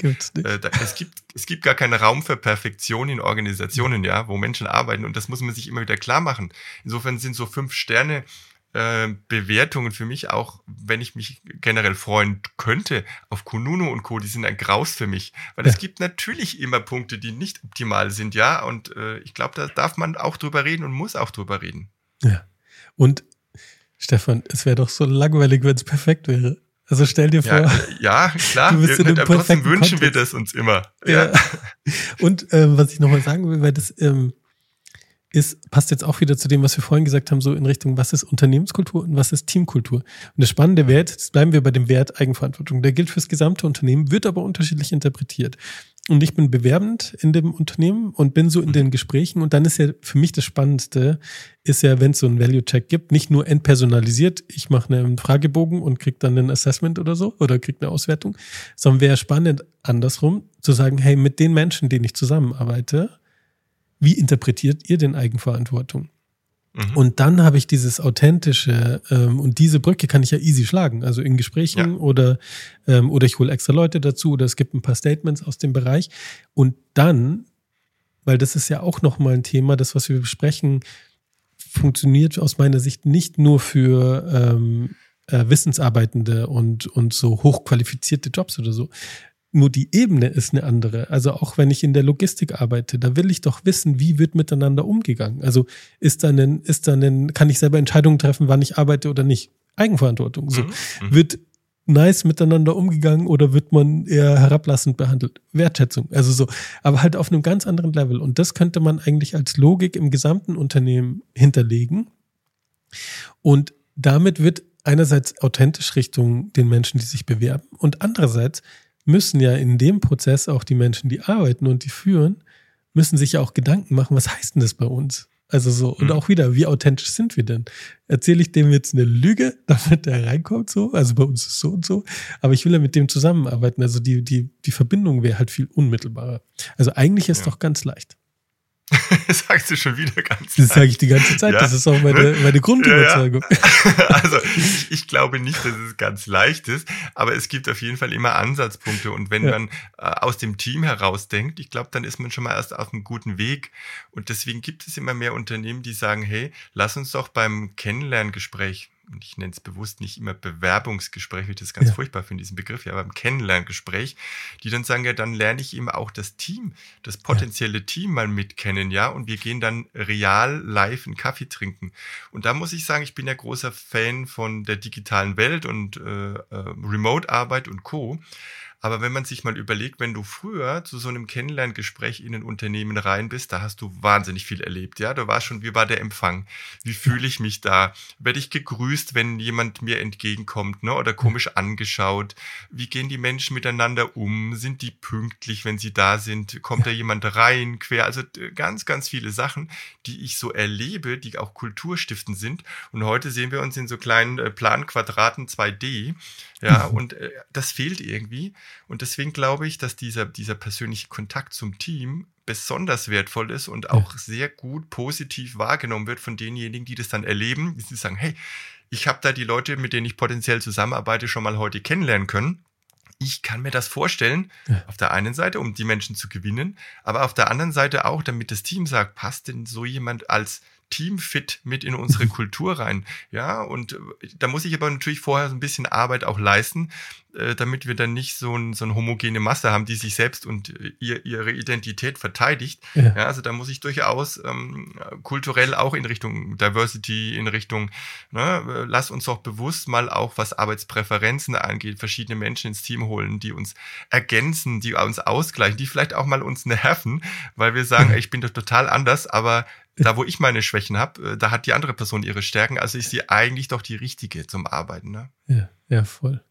es gibt gar keinen Raum für Perfektion in Organisationen, ja, wo Menschen arbeiten, und das muss man sich immer wieder klar machen. Insofern sind so 5-Sterne Bewertungen für mich auch, wenn ich mich generell freuen könnte, auf Kununu und Co., die sind ein Graus für mich, weil es gibt natürlich immer Punkte, die nicht optimal sind, ja, und ich glaube, da darf man auch drüber reden und muss auch drüber reden. Ja, und Stefan, es wäre doch so langweilig, wenn es perfekt wäre. Also stell dir vor. Ja, klar, trotzdem wünschen wir das uns immer. Ja. Und was ich nochmal sagen will, weil das passt jetzt auch wieder zu dem, was wir vorhin gesagt haben, so in Richtung, was ist Unternehmenskultur und was ist Teamkultur. Und das Spannende Wert, jetzt bleiben wir bei dem Wert Eigenverantwortung. Der gilt fürs gesamte Unternehmen, wird aber unterschiedlich interpretiert. Und ich bin bewerbend in dem Unternehmen und bin so in den Gesprächen. Und dann ist ja für mich das Spannendste, ist ja, wenn es so einen Value-Check gibt, nicht nur entpersonalisiert, ich mache einen Fragebogen und kriege dann ein Assessment oder so oder kriege eine Auswertung, sondern wäre spannend andersrum, zu sagen, hey, mit den Menschen, denen ich zusammenarbeite, wie interpretiert ihr denn Eigenverantwortung? Und dann habe ich dieses authentische und diese Brücke kann ich ja easy schlagen, also in Gesprächen oder ich hole extra Leute dazu oder es gibt ein paar Statements aus dem Bereich und dann, weil das ist ja auch nochmal ein Thema, das, was wir besprechen, funktioniert aus meiner Sicht nicht nur für Wissensarbeitende und so hochqualifizierte Jobs oder so. Nur die Ebene ist eine andere. Also auch wenn ich in der Logistik arbeite, da will ich doch wissen, wie wird miteinander umgegangen. Also kann ich selber Entscheidungen treffen, wann ich arbeite oder nicht. Eigenverantwortung. So. Wird nice miteinander umgegangen oder wird man eher herablassend behandelt? Wertschätzung. Also so. Aber halt auf einem ganz anderen Level. Und das könnte man eigentlich als Logik im gesamten Unternehmen hinterlegen. Und damit wird einerseits authentisch Richtung den Menschen, die sich bewerben, und andererseits müssen ja in dem Prozess auch die Menschen, die arbeiten und die führen, müssen sich ja auch Gedanken machen, was heißt denn das bei uns? Also so, und auch wieder, wie authentisch sind wir denn? Erzähle ich dem jetzt eine Lüge, damit der reinkommt so? Also bei uns ist es so und so. Aber ich will ja mit dem zusammenarbeiten. Also die Verbindung wäre halt viel unmittelbarer. Also eigentlich ist es doch ganz leicht. Das sagst du schon wieder ganz leicht. Das sage ich die ganze Zeit. Ja. Das ist auch meine Grundüberzeugung. Ja. Also ich glaube nicht, dass es ganz leicht ist, aber es gibt auf jeden Fall immer Ansatzpunkte. Und wenn man aus dem Team heraus denkt, ich glaube, dann ist man schon mal erst auf einem guten Weg. Und deswegen gibt es immer mehr Unternehmen, die sagen, hey, lass uns doch beim Kennenlerngespräch, und ich nenne es bewusst nicht immer Bewerbungsgespräch, weil ich das ganz furchtbar finde, diesen Begriff, ja, beim Kennenlerngespräch, die dann sagen, ja, dann lerne ich eben auch das Team, das potenzielle Team mal mit kennen, ja, und wir gehen dann real live einen Kaffee trinken. Und da muss ich sagen, ich bin ja großer Fan von der digitalen Welt und Remote-Arbeit und Co., aber wenn man sich mal überlegt, wenn du früher zu so einem Kennenlerngespräch in ein Unternehmen rein bist, da hast du wahnsinnig viel erlebt, ja. Du warst schon, wie war der Empfang? Wie fühle ich mich da? Werde ich gegrüßt, wenn jemand mir entgegenkommt, ne? Oder komisch angeschaut? Wie gehen die Menschen miteinander um? Sind die pünktlich, wenn sie da sind? Kommt da jemand rein, quer? Also ganz, ganz viele Sachen, die ich so erlebe, die auch kulturstiftend sind. Und heute sehen wir uns in so kleinen Planquadraten 2D, ja, und das fehlt irgendwie. Und deswegen glaube ich, dass dieser persönliche Kontakt zum Team besonders wertvoll ist und auch sehr gut positiv wahrgenommen wird von denjenigen, die das dann erleben, die sagen, hey, ich habe da die Leute, mit denen ich potenziell zusammenarbeite, schon mal heute kennenlernen können. Ich kann mir das vorstellen, auf der einen Seite, um die Menschen zu gewinnen, aber auf der anderen Seite auch, damit das Team sagt, passt denn so jemand als Teamfit mit in unsere Kultur rein, ja, und da muss ich aber natürlich vorher so ein bisschen Arbeit auch leisten, damit wir dann nicht so eine homogene Masse haben, die sich selbst und ihre Identität verteidigt. Ja, also da muss ich durchaus kulturell auch in Richtung Diversity, in Richtung, ne, lass uns doch bewusst mal auch, was Arbeitspräferenzen angeht, verschiedene Menschen ins Team holen, die uns ergänzen, die uns ausgleichen, die vielleicht auch mal uns nerven, weil wir sagen, ich bin doch total anders, aber da, wo ich meine Schwächen habe, da hat die andere Person ihre Stärken. Also ist sie eigentlich doch die richtige zum Arbeiten. Ne? Ja, voll.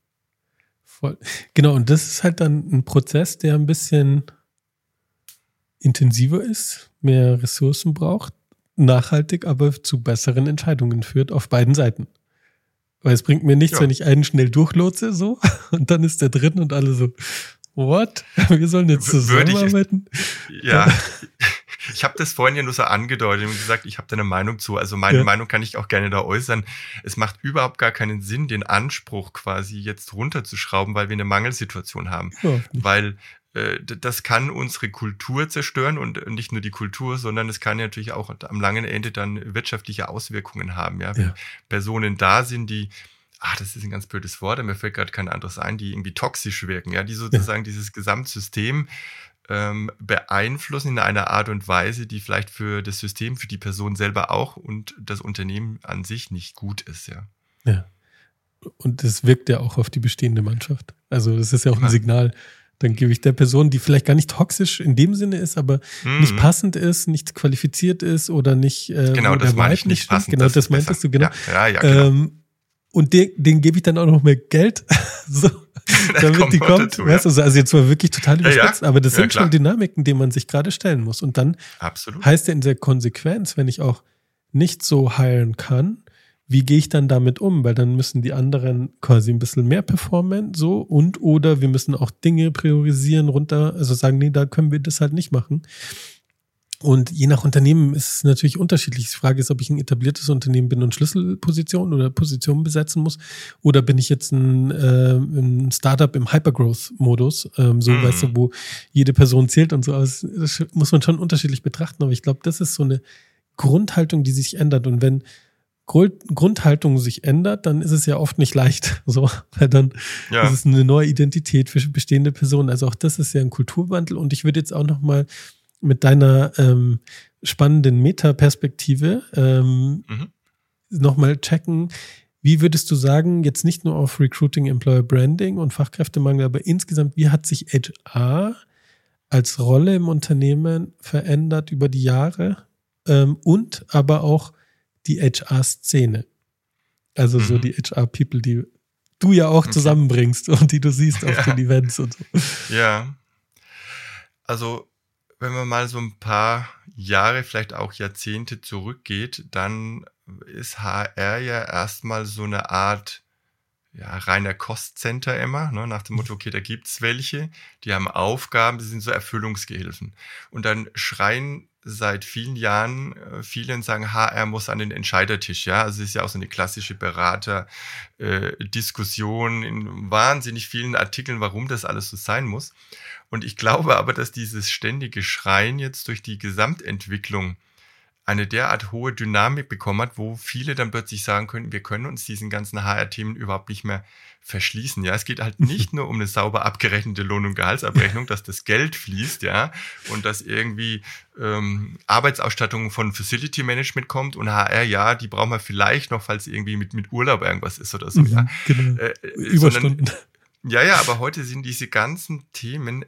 Genau, und das ist halt dann ein Prozess, der ein bisschen intensiver ist, mehr Ressourcen braucht, nachhaltig, aber zu besseren Entscheidungen führt auf beiden Seiten. Weil es bringt mir nichts, wenn ich einen schnell durchlotse, so, und dann ist der drin und alle so, what? Wir sollen jetzt zusammenarbeiten? Ich habe das vorhin ja nur so angedeutet und gesagt, ich habe da eine Meinung zu. Also meine Meinung kann ich auch gerne da äußern. Es macht überhaupt gar keinen Sinn, den Anspruch quasi jetzt runterzuschrauben, weil wir eine Mangelsituation haben. Ja. Weil das kann unsere Kultur zerstören und nicht nur die Kultur, sondern es kann natürlich auch am langen Ende dann wirtschaftliche Auswirkungen haben. Ja? Wenn Personen da sind, die das ist ein ganz blödes Wort, mir fällt gerade kein anderes ein, die irgendwie toxisch wirken, ja, die sozusagen dieses Gesamtsystem beeinflussen in einer Art und Weise, die vielleicht für das System, für die Person selber auch und das Unternehmen an sich nicht gut ist, Ja. Und das wirkt ja auch auf die bestehende Mannschaft. Also das ist ja auch ein Signal. Dann gebe ich der Person, die vielleicht gar nicht toxisch in dem Sinne ist, aber nicht passend ist, nicht qualifiziert ist oder nicht genau, das meine ich nicht passend. Genau, das meintest du, genau. Ja, genau. Und den gebe ich dann auch noch mehr Geld, so, damit die kommt. Dazu, weißt du, also jetzt war wirklich total überspitzt, aber das sind schon Dynamiken, denen man sich gerade stellen muss. Und dann heißt ja in der Konsequenz, wenn ich auch nicht so heilen kann, wie gehe ich dann damit um? Weil dann müssen die anderen quasi ein bisschen mehr performen, so, und oder wir müssen auch Dinge priorisieren, also sagen, nee, da können wir das halt nicht machen. Und je nach Unternehmen ist es natürlich unterschiedlich. Die Frage ist, ob ich ein etabliertes Unternehmen bin und Schlüsselposition oder Positionen besetzen muss, oder bin ich jetzt ein Startup im Hypergrowth-Modus, weißt du, wo jede Person zählt und so. Also das muss man schon unterschiedlich betrachten, aber ich glaube, das ist so eine Grundhaltung, die sich ändert. Und wenn Grundhaltung sich ändert, dann ist es ja oft nicht leicht. So, weil dann ist es eine neue Identität für bestehende Personen. Also auch das ist ja ein Kulturwandel. Und ich würde jetzt auch noch mal mit deiner spannenden Metaperspektive nochmal checken, wie würdest du sagen, jetzt nicht nur auf Recruiting, Employer Branding und Fachkräftemangel, aber insgesamt, wie hat sich HR als Rolle im Unternehmen verändert über die Jahre und aber auch die HR-Szene? Also so die HR-People, die du ja auch zusammenbringst und die du siehst auf den Events und so. Ja, also wenn man mal so ein paar Jahre, vielleicht auch Jahrzehnte zurückgeht, dann ist HR ja erstmal so eine Art reiner Cost-Center immer, ne, nach dem Motto, okay, da gibt's welche, die haben Aufgaben, die sind so Erfüllungsgehilfen. Und dann schreien seit vielen Jahren viele und sagen, HR muss an den Entscheidertisch, ja. Also es ist ja auch so eine klassische Diskussion in wahnsinnig vielen Artikeln, warum das alles so sein muss. Und ich glaube aber, dass dieses ständige Schreien jetzt durch die Gesamtentwicklung eine derart hohe Dynamik bekommen hat, wo viele dann plötzlich sagen können, wir können uns diesen ganzen HR-Themen überhaupt nicht mehr verschließen. Ja, es geht halt nicht nur um eine sauber abgerechnete Lohn- und Gehaltsabrechnung, dass das Geld fließt, ja, und dass irgendwie Arbeitsausstattung von Facility Management kommt und HR, ja, die brauchen wir vielleicht noch, falls irgendwie mit Urlaub irgendwas ist oder so, ja. Genau. Überstunden. Ja, aber heute sind diese ganzen Themen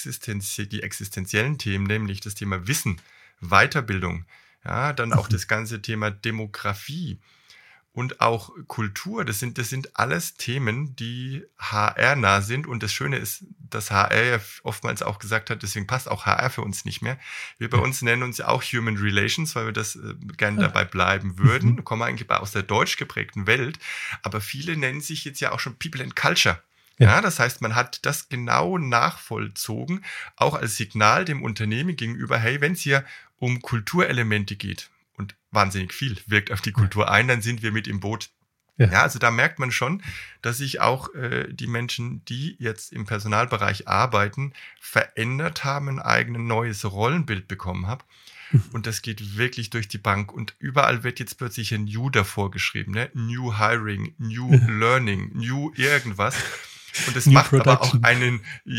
die existenziellen Themen, nämlich das Thema Wissen, Weiterbildung, ja, dann auch das ganze Thema Demografie und auch Kultur. Das sind alles Themen, die HR-nah sind. Und das Schöne ist, dass HR ja oftmals auch gesagt hat, deswegen passt auch HR für uns nicht mehr. Wir bei uns nennen uns ja auch Human Relations, weil wir das gerne dabei bleiben würden. Kommen eigentlich aus der deutsch geprägten Welt. Aber viele nennen sich jetzt ja auch schon People and Culture. Ja, das heißt, man hat das genau nachvollzogen, auch als Signal dem Unternehmen gegenüber, hey, wenn es hier um Kulturelemente geht und wahnsinnig viel wirkt auf die Kultur ein, dann sind wir mit im Boot. Ja, also da merkt man schon, dass sich auch die Menschen, die jetzt im Personalbereich arbeiten, verändert haben, ein eigenes neues Rollenbild bekommen haben. Und das geht wirklich durch die Bank. Und überall wird jetzt plötzlich ein New davor geschrieben, ne? New Hiring, New Learning, New irgendwas. Und das macht aber auch einen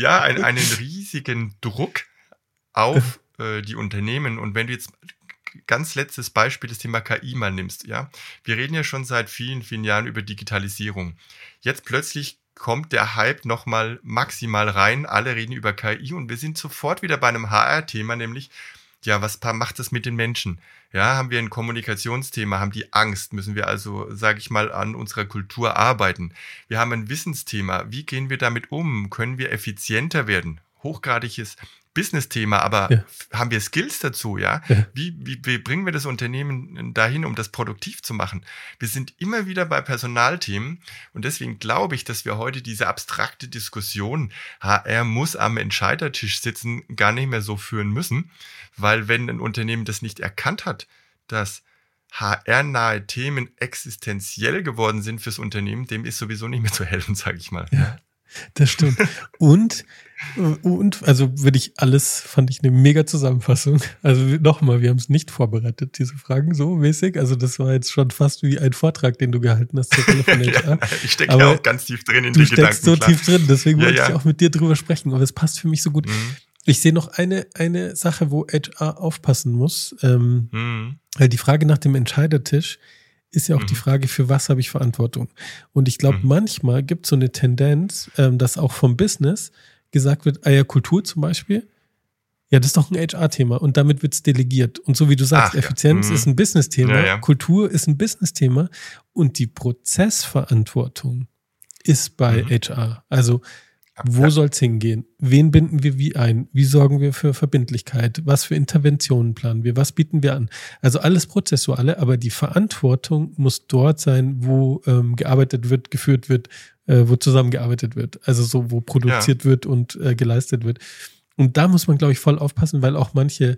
riesigen Druck auf die Unternehmen. Und wenn du jetzt ganz letztes Beispiel, das Thema KI mal nimmst, ja. Wir reden ja schon seit vielen, vielen Jahren über Digitalisierung. Jetzt plötzlich kommt der Hype nochmal maximal rein. Alle reden über KI und wir sind sofort wieder bei einem HR-Thema, nämlich, ja, was macht das mit den Menschen? Ja, haben wir ein Kommunikationsthema, haben die Angst, müssen wir also, sage ich mal, an unserer Kultur arbeiten. Wir haben ein Wissensthema, wie gehen wir damit um? Können wir effizienter werden? Hochgradiges Business-Thema, aber haben wir Skills dazu, ja? Wie bringen wir das Unternehmen dahin, um das produktiv zu machen? Wir sind immer wieder bei Personalthemen und deswegen glaube ich, dass wir heute diese abstrakte Diskussion, HR muss am Entscheidertisch sitzen, gar nicht mehr so führen müssen, weil wenn ein Unternehmen das nicht erkannt hat, dass HR-nahe Themen existenziell geworden sind fürs Unternehmen, dem ist sowieso nicht mehr zu helfen, sage ich mal. Ja, das stimmt. Und also fand ich eine mega Zusammenfassung. Also nochmal, wir haben es nicht vorbereitet, diese Fragen so mäßig. Also das war jetzt schon fast wie ein Vortrag, den du gehalten hast zur Rolle von HR. Ich stecke ja auch ganz tief drin in den Gedanken. Du steckst so tief drin, deswegen wollte ich auch mit dir drüber sprechen. Aber es passt für mich so gut. Ich sehe noch eine Sache, wo HR aufpassen muss. Weil die Frage nach dem Entscheidertisch ist ja auch die Frage, für was habe ich Verantwortung? Und ich glaube, manchmal gibt es so eine Tendenz, dass auch vom Business gesagt wird, Kultur zum Beispiel, ja, das ist doch ein HR-Thema und damit wird es delegiert. Und so wie du sagst, Effizienz ist ein Business-Thema, Kultur ist ein Business-Thema und die Prozessverantwortung ist bei HR. Also wo soll es hingehen? Wen binden wir wie ein? Wie sorgen wir für Verbindlichkeit? Was für Interventionen planen wir? Was bieten wir an? Also alles Prozessuale, aber die Verantwortung muss dort sein, wo gearbeitet wird, geführt wird, wo zusammengearbeitet wird. Also so, wo produziert wird und geleistet wird. Und da muss man, glaube ich, voll aufpassen, weil auch manche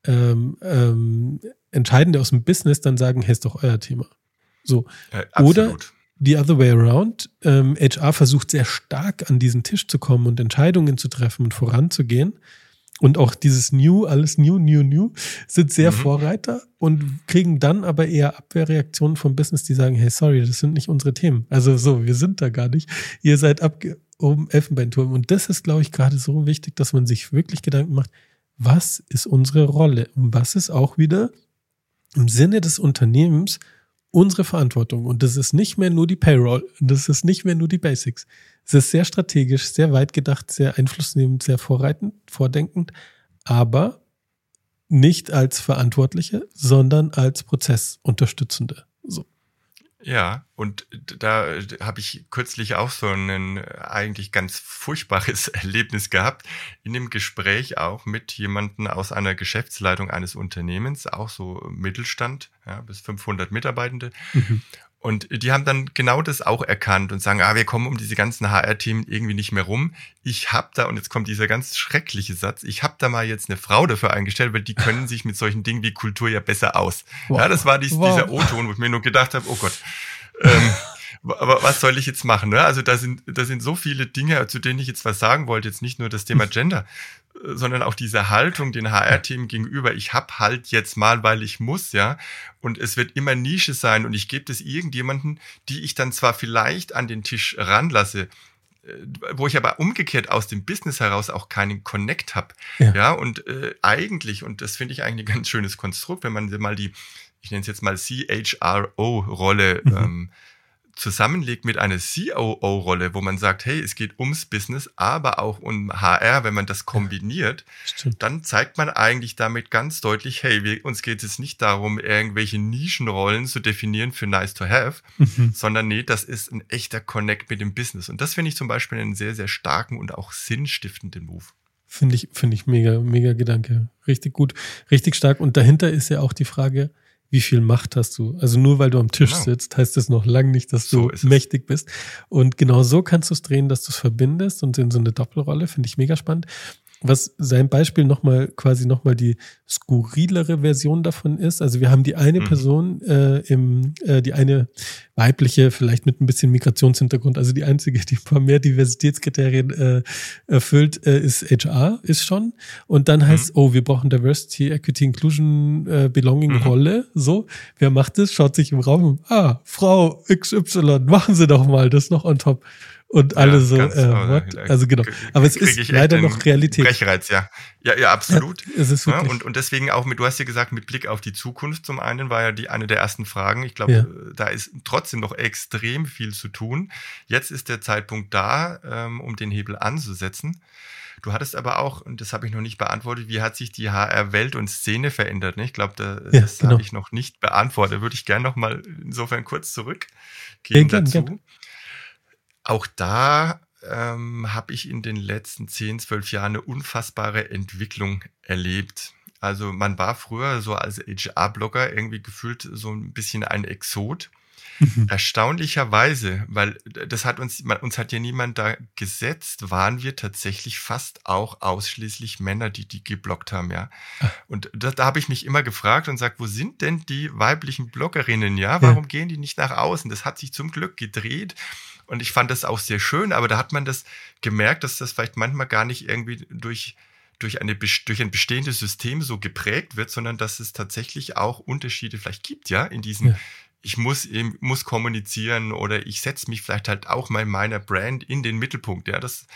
Entscheidende aus dem Business dann sagen, hey, ist doch euer Thema. So. Oder the other way around. HR versucht sehr stark an diesen Tisch zu kommen und Entscheidungen zu treffen und voranzugehen. Und auch dieses alles New, sind sehr Vorreiter und kriegen dann aber eher Abwehrreaktionen vom Business, die sagen, hey, sorry, das sind nicht unsere Themen. Also so, wir sind da gar nicht. Ihr seid oben Elfenbeinturm. Und das ist, glaube ich, gerade so wichtig, dass man sich wirklich Gedanken macht, was ist unsere Rolle? Und was ist auch wieder im Sinne des Unternehmens unsere Verantwortung. Und das ist nicht mehr nur die Payroll. Das ist nicht mehr nur die Basics. Es ist sehr strategisch, sehr weit gedacht, sehr einflussnehmend, sehr vordenkend, aber nicht als Verantwortliche, sondern als Prozessunterstützende. So. Ja, und da habe ich kürzlich auch so ein eigentlich ganz furchtbares Erlebnis gehabt, in dem Gespräch auch mit jemandem aus einer Geschäftsleitung eines Unternehmens, auch so Mittelstand, ja, bis 500 Mitarbeitende. Mhm. Und die haben dann genau das auch erkannt und sagen, wir kommen um diese ganzen HR-Themen irgendwie nicht mehr rum. Ich habe da, und jetzt kommt dieser ganz schreckliche Satz, ich habe da mal jetzt eine Frau dafür eingestellt, weil die können sich mit solchen Dingen wie Kultur ja besser aus. Wow. Ja, das war dieser O-Ton, wo ich mir nur gedacht habe, oh Gott, aber was soll ich jetzt machen? Ne? Also da sind so viele Dinge, zu denen ich jetzt was sagen wollte, jetzt nicht nur das Thema Gender, sondern auch diese Haltung den HR-Themen gegenüber. Ich hab halt jetzt mal, weil ich muss, ja. Und es wird immer Nische sein und ich gebe das irgendjemanden, die ich dann zwar vielleicht an den Tisch ranlasse, wo ich aber umgekehrt aus dem Business heraus auch keinen Connect habe. Ja, und eigentlich, und das finde ich eigentlich ein ganz schönes Konstrukt, wenn man mal ich nenne es jetzt mal CHRO-Rolle zusammenlegt mit einer COO-Rolle, wo man sagt, hey, es geht ums Business, aber auch um HR, wenn man das kombiniert, dann zeigt man eigentlich damit ganz deutlich, hey, uns geht es nicht darum, irgendwelche Nischenrollen zu definieren für nice to have, sondern nee, das ist ein echter Connect mit dem Business. Und das finde ich zum Beispiel einen sehr, sehr starken und auch sinnstiftenden Move. Finde ich mega, mega Gedanke. Richtig gut, richtig stark. Und dahinter ist ja auch die Frage, wie viel Macht hast du? Also nur weil du am Tisch sitzt, heißt das noch lange nicht, dass du mächtig bist. Und genau so kannst du es drehen, dass du es verbindest und in so eine Doppelrolle, finde ich mega spannend. Was sein Beispiel nochmal die skurrilere Version davon ist. Also wir haben die eine Person, die eine weibliche, vielleicht mit ein bisschen Migrationshintergrund, also die einzige, die ein paar mehr Diversitätskriterien erfüllt, ist HR, ist schon. Und dann heißt wir brauchen Diversity, Equity, Inclusion, Belonging, Rolle. So, wer macht das? Schaut sich im Raum, Frau XY, machen Sie doch mal, das noch on top. Und alle so, what? Also genau. Aber es ist leider noch Realität. Brechreiz, ja. Ja, absolut. Ja, es ist wirklich. Und deswegen auch du hast ja gesagt, mit Blick auf die Zukunft zum einen war ja eine der ersten Fragen. Ich glaube, da ist trotzdem noch extrem viel zu tun. Jetzt ist der Zeitpunkt da, um den Hebel anzusetzen. Du hattest aber auch, und das habe ich noch nicht beantwortet, wie hat sich die HR-Welt und Szene verändert? Ne? Ich glaube, das habe ich noch nicht beantwortet. Da würde ich gerne noch mal insofern kurz zurückgehen dazu. Gern. Auch da habe ich in den letzten 10, 12 Jahren eine unfassbare Entwicklung erlebt. Also man war früher so als HR-Blogger irgendwie gefühlt so ein bisschen ein Exot. Erstaunlicherweise, weil das hat uns hat ja niemand da gesetzt, waren wir tatsächlich fast auch ausschließlich Männer, die gebloggt haben, ja. Und da habe ich mich immer gefragt und gesagt, wo sind denn die weiblichen Bloggerinnen, ja? Warum gehen die nicht nach außen? Das hat sich zum Glück gedreht. Und ich fand das auch sehr schön, aber da hat man das gemerkt, dass das vielleicht manchmal gar nicht irgendwie durch ein bestehendes System so geprägt wird, sondern dass es tatsächlich auch Unterschiede vielleicht gibt, ja, in diesen, ich muss kommunizieren oder ich setze mich vielleicht halt auch mal meiner Brand in den Mittelpunkt, ja, dass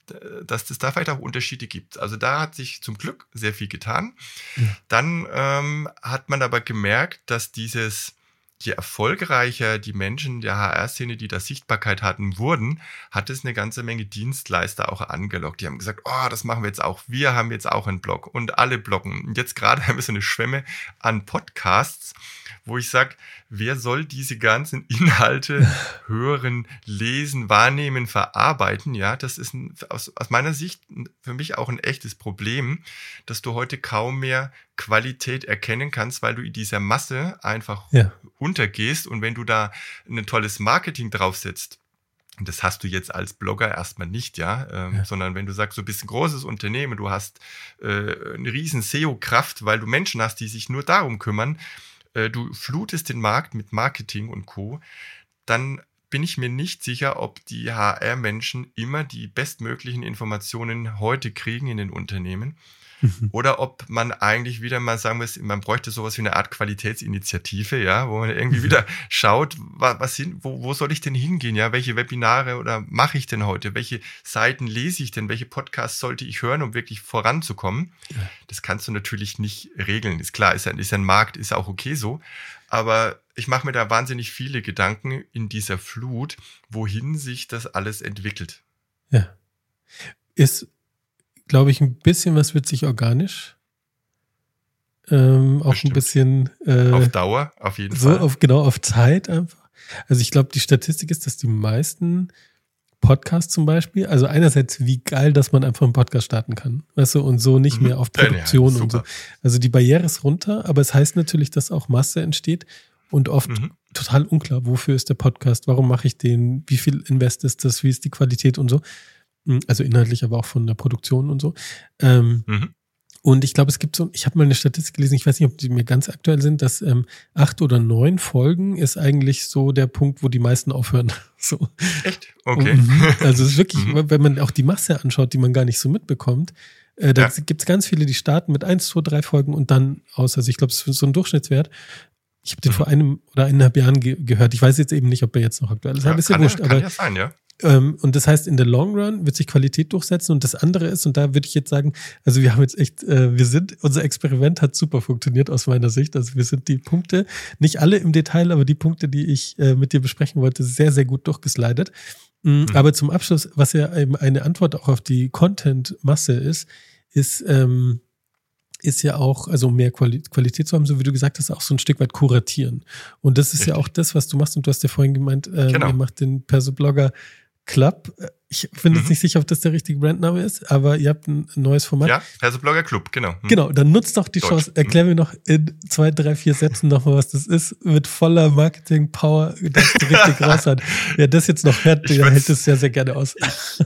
es da vielleicht auch Unterschiede gibt. Also da hat sich zum Glück sehr viel getan. Dann hat man aber gemerkt, dass je erfolgreicher die Menschen der HR-Szene, die da Sichtbarkeit hatten, wurden, hat es eine ganze Menge Dienstleister auch angelockt. Die haben gesagt, das machen wir jetzt auch. Wir haben jetzt auch einen Blog und alle bloggen. Und jetzt gerade haben wir so eine Schwemme an Podcasts, wo ich sage, wer soll diese ganzen Inhalte hören, lesen, wahrnehmen, verarbeiten? Ja, das ist aus meiner Sicht für mich auch ein echtes Problem, dass du heute kaum mehr Qualität erkennen kannst, weil du in dieser Masse einfach untergehst. Und wenn du da ein tolles Marketing draufsetzt, und das hast du jetzt als Blogger erstmal nicht, sondern wenn du sagst, du bist ein großes Unternehmen, du hast eine riesen SEO-Kraft, weil du Menschen hast, die sich nur darum kümmern, du flutest den Markt mit Marketing und Co., dann bin ich mir nicht sicher, ob die HR-Menschen immer die bestmöglichen Informationen heute kriegen in den Unternehmen. Oder ob man eigentlich wieder mal sagen muss, man bräuchte sowas wie eine Art Qualitätsinitiative, ja, wo man irgendwie wieder schaut, wo soll ich denn hingehen, ja, welche Webinare oder mache ich denn heute, welche Seiten lese ich denn, welche Podcasts sollte ich hören, um wirklich voranzukommen. Das kannst du natürlich nicht regeln, ist klar, ist ein Markt, ist auch okay so, aber ich mache mir da wahnsinnig viele Gedanken in dieser Flut, wohin sich das alles entwickelt. Ja, ist, glaube ich, ein bisschen was wird sich organisch. Auch bestimmt. Ein bisschen. Auf Dauer, auf jeden Fall. Auf Zeit einfach. Also ich glaube, die Statistik ist, dass die meisten Podcasts zum Beispiel, also einerseits wie geil, dass man einfach einen Podcast starten kann, weißt du, und so nicht mehr auf Produktion und so. Also die Barriere ist runter, aber es heißt natürlich, dass auch Masse entsteht und oft total unklar, wofür ist der Podcast, warum mache ich den, wie viel Invest ist das, wie ist die Qualität und so. Also inhaltlich, aber auch von der Produktion und so. Und ich glaube, es gibt so, ich habe mal eine Statistik gelesen, ich weiß nicht, ob die mir ganz aktuell sind, dass 8 oder 9 Folgen ist eigentlich so der Punkt, wo die meisten aufhören. So. Echt? Okay. Also es ist wirklich, wenn man auch die Masse anschaut, die man gar nicht so mitbekommt, da gibt es ganz viele, die starten mit 1, 2, 3 Folgen und dann aus. Also ich glaube, es ist so ein Durchschnittswert. Ich habe den vor 1 oder 1,5 Jahren gehört. Ich weiß jetzt eben nicht, ob er jetzt noch aktuell ist. Ja, ist ja wurscht. Kann ja sein, ja. Und das heißt, in der Long Run wird sich Qualität durchsetzen und das andere ist, und da würde ich jetzt sagen, also wir haben jetzt echt, unser Experiment hat super funktioniert aus meiner Sicht. Also wir sind die Punkte, nicht alle im Detail, aber die Punkte, die ich mit dir besprechen wollte, sehr, sehr gut durchgeslidet. Aber zum Abschluss, was ja eben eine Antwort auch auf die Content-Masse ist ja auch, also mehr Qualität zu haben, so wie du gesagt hast, auch so ein Stück weit kuratieren. Und das ist Richtig. Ja auch das, was du machst. Und du hast ja vorhin gemeint, ihr macht den Persoblogger Club. Ich bin jetzt nicht sicher, ob das der richtige Brandname ist, aber ihr habt ein neues Format. Ja, Persoblogger Club, genau. Genau, dann nutzt doch die Chance. Erklär mir noch in 2, 3, 4 Sätzen nochmal, was das ist, mit voller Marketing-Power, dass du richtig raus hat. Wer das jetzt noch hört, der hält es sehr, sehr gerne aus.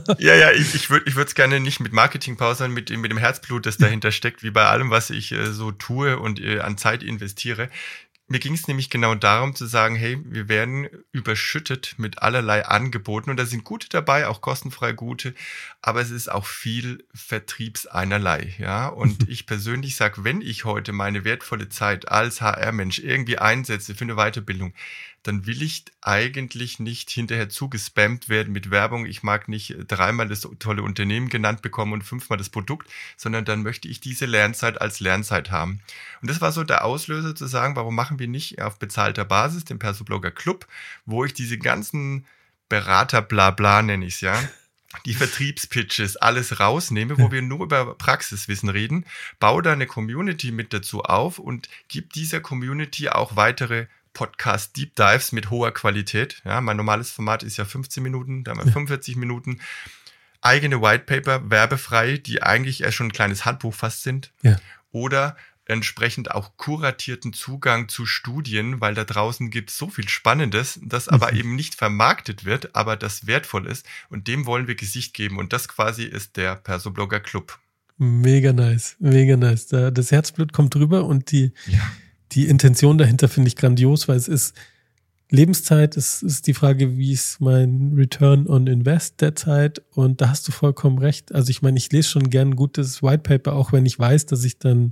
Ich würde es gerne nicht mit Marketing-Power, sondern mit dem Herzblut, das dahinter steckt, wie bei allem, was ich so tue und an Zeit investiere. Mir ging es nämlich genau darum zu sagen, hey, wir werden überschüttet mit allerlei Angeboten und da sind gute dabei, auch kostenfrei gute, aber es ist auch viel Vertriebseinerlei, ja. Und ich persönlich sage, wenn ich heute meine wertvolle Zeit als HR-Mensch irgendwie einsetze für eine Weiterbildung, dann will ich eigentlich nicht hinterher zugespammt werden mit Werbung. Ich mag nicht 3-mal das tolle Unternehmen genannt bekommen und 5-mal das Produkt, sondern dann möchte ich diese Lernzeit als Lernzeit haben. Und das war so der Auslöser zu sagen, warum machen wir nicht auf bezahlter Basis den Persoblogger Club, wo ich diese ganzen Berater Blabla nenne ich es ja, die Vertriebspitches, alles rausnehme, wo wir nur über Praxiswissen reden, baue da eine Community mit dazu auf und gebe dieser Community auch weitere Podcast Deep Dives mit hoher Qualität. Ja, mein normales Format ist ja 15 Minuten, da haben wir 45 Minuten. Eigene Whitepaper, werbefrei, die eigentlich eher schon ein kleines Handbuch fast sind. Ja. Oder entsprechend auch kuratierten Zugang zu Studien, weil da draußen gibt es so viel Spannendes, das aber eben nicht vermarktet wird, aber das wertvoll ist. Und dem wollen wir Gesicht geben. Und das quasi ist der Persoblogger Club. Mega nice, mega nice. Das Herzblut kommt drüber und die Intention dahinter finde ich grandios, weil es ist Lebenszeit, es ist die Frage, wie ist mein Return on Invest derzeit, und da hast du vollkommen recht. Also ich meine, ich lese schon gern ein gutes White Paper, auch wenn ich weiß, dass ich dann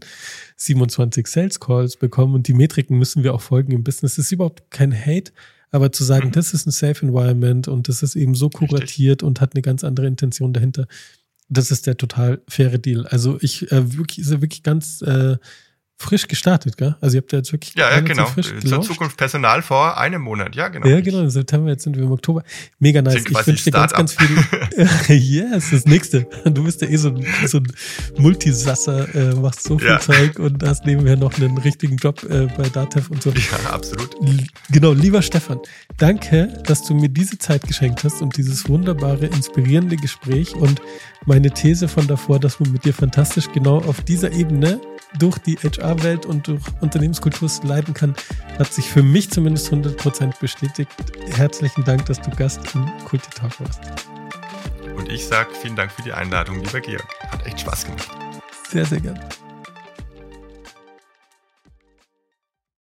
27 Sales Calls bekomme, und die Metriken müssen wir auch folgen im Business. Das ist überhaupt kein Hate, aber zu sagen, das ist ein Safe Environment und das ist eben so kuratiert und hat eine ganz andere Intention dahinter, das ist der total faire Deal. Also ich wirklich ganz frisch gestartet, gell? Also ihr habt ja jetzt wirklich genau. frisch Zur gelauncht. Zukunft Personal vor einem Monat, ja genau. Ja, genau, im September, jetzt sind wir im Oktober. Mega nice. Ich wünsche dir ganz viel. Yes, das nächste. Du bist ja so ein Multisasser, machst so viel Zeug und hast nebenher noch einen richtigen Job bei Datev und so. Ja, absolut. Genau, lieber Stefan, danke, dass du mir diese Zeit geschenkt hast und dieses wunderbare, inspirierende Gespräch, und meine These von davor, dass man mit dir fantastisch genau auf dieser Ebene durch die HR-Welt und durch Unternehmenskultur leiten kann, hat sich für mich zumindest 100% bestätigt. Herzlichen Dank, dass du Gast im Kulti-Talk warst. Und ich sage vielen Dank für die Einladung, lieber Georg. Hat echt Spaß gemacht. Sehr, sehr gerne.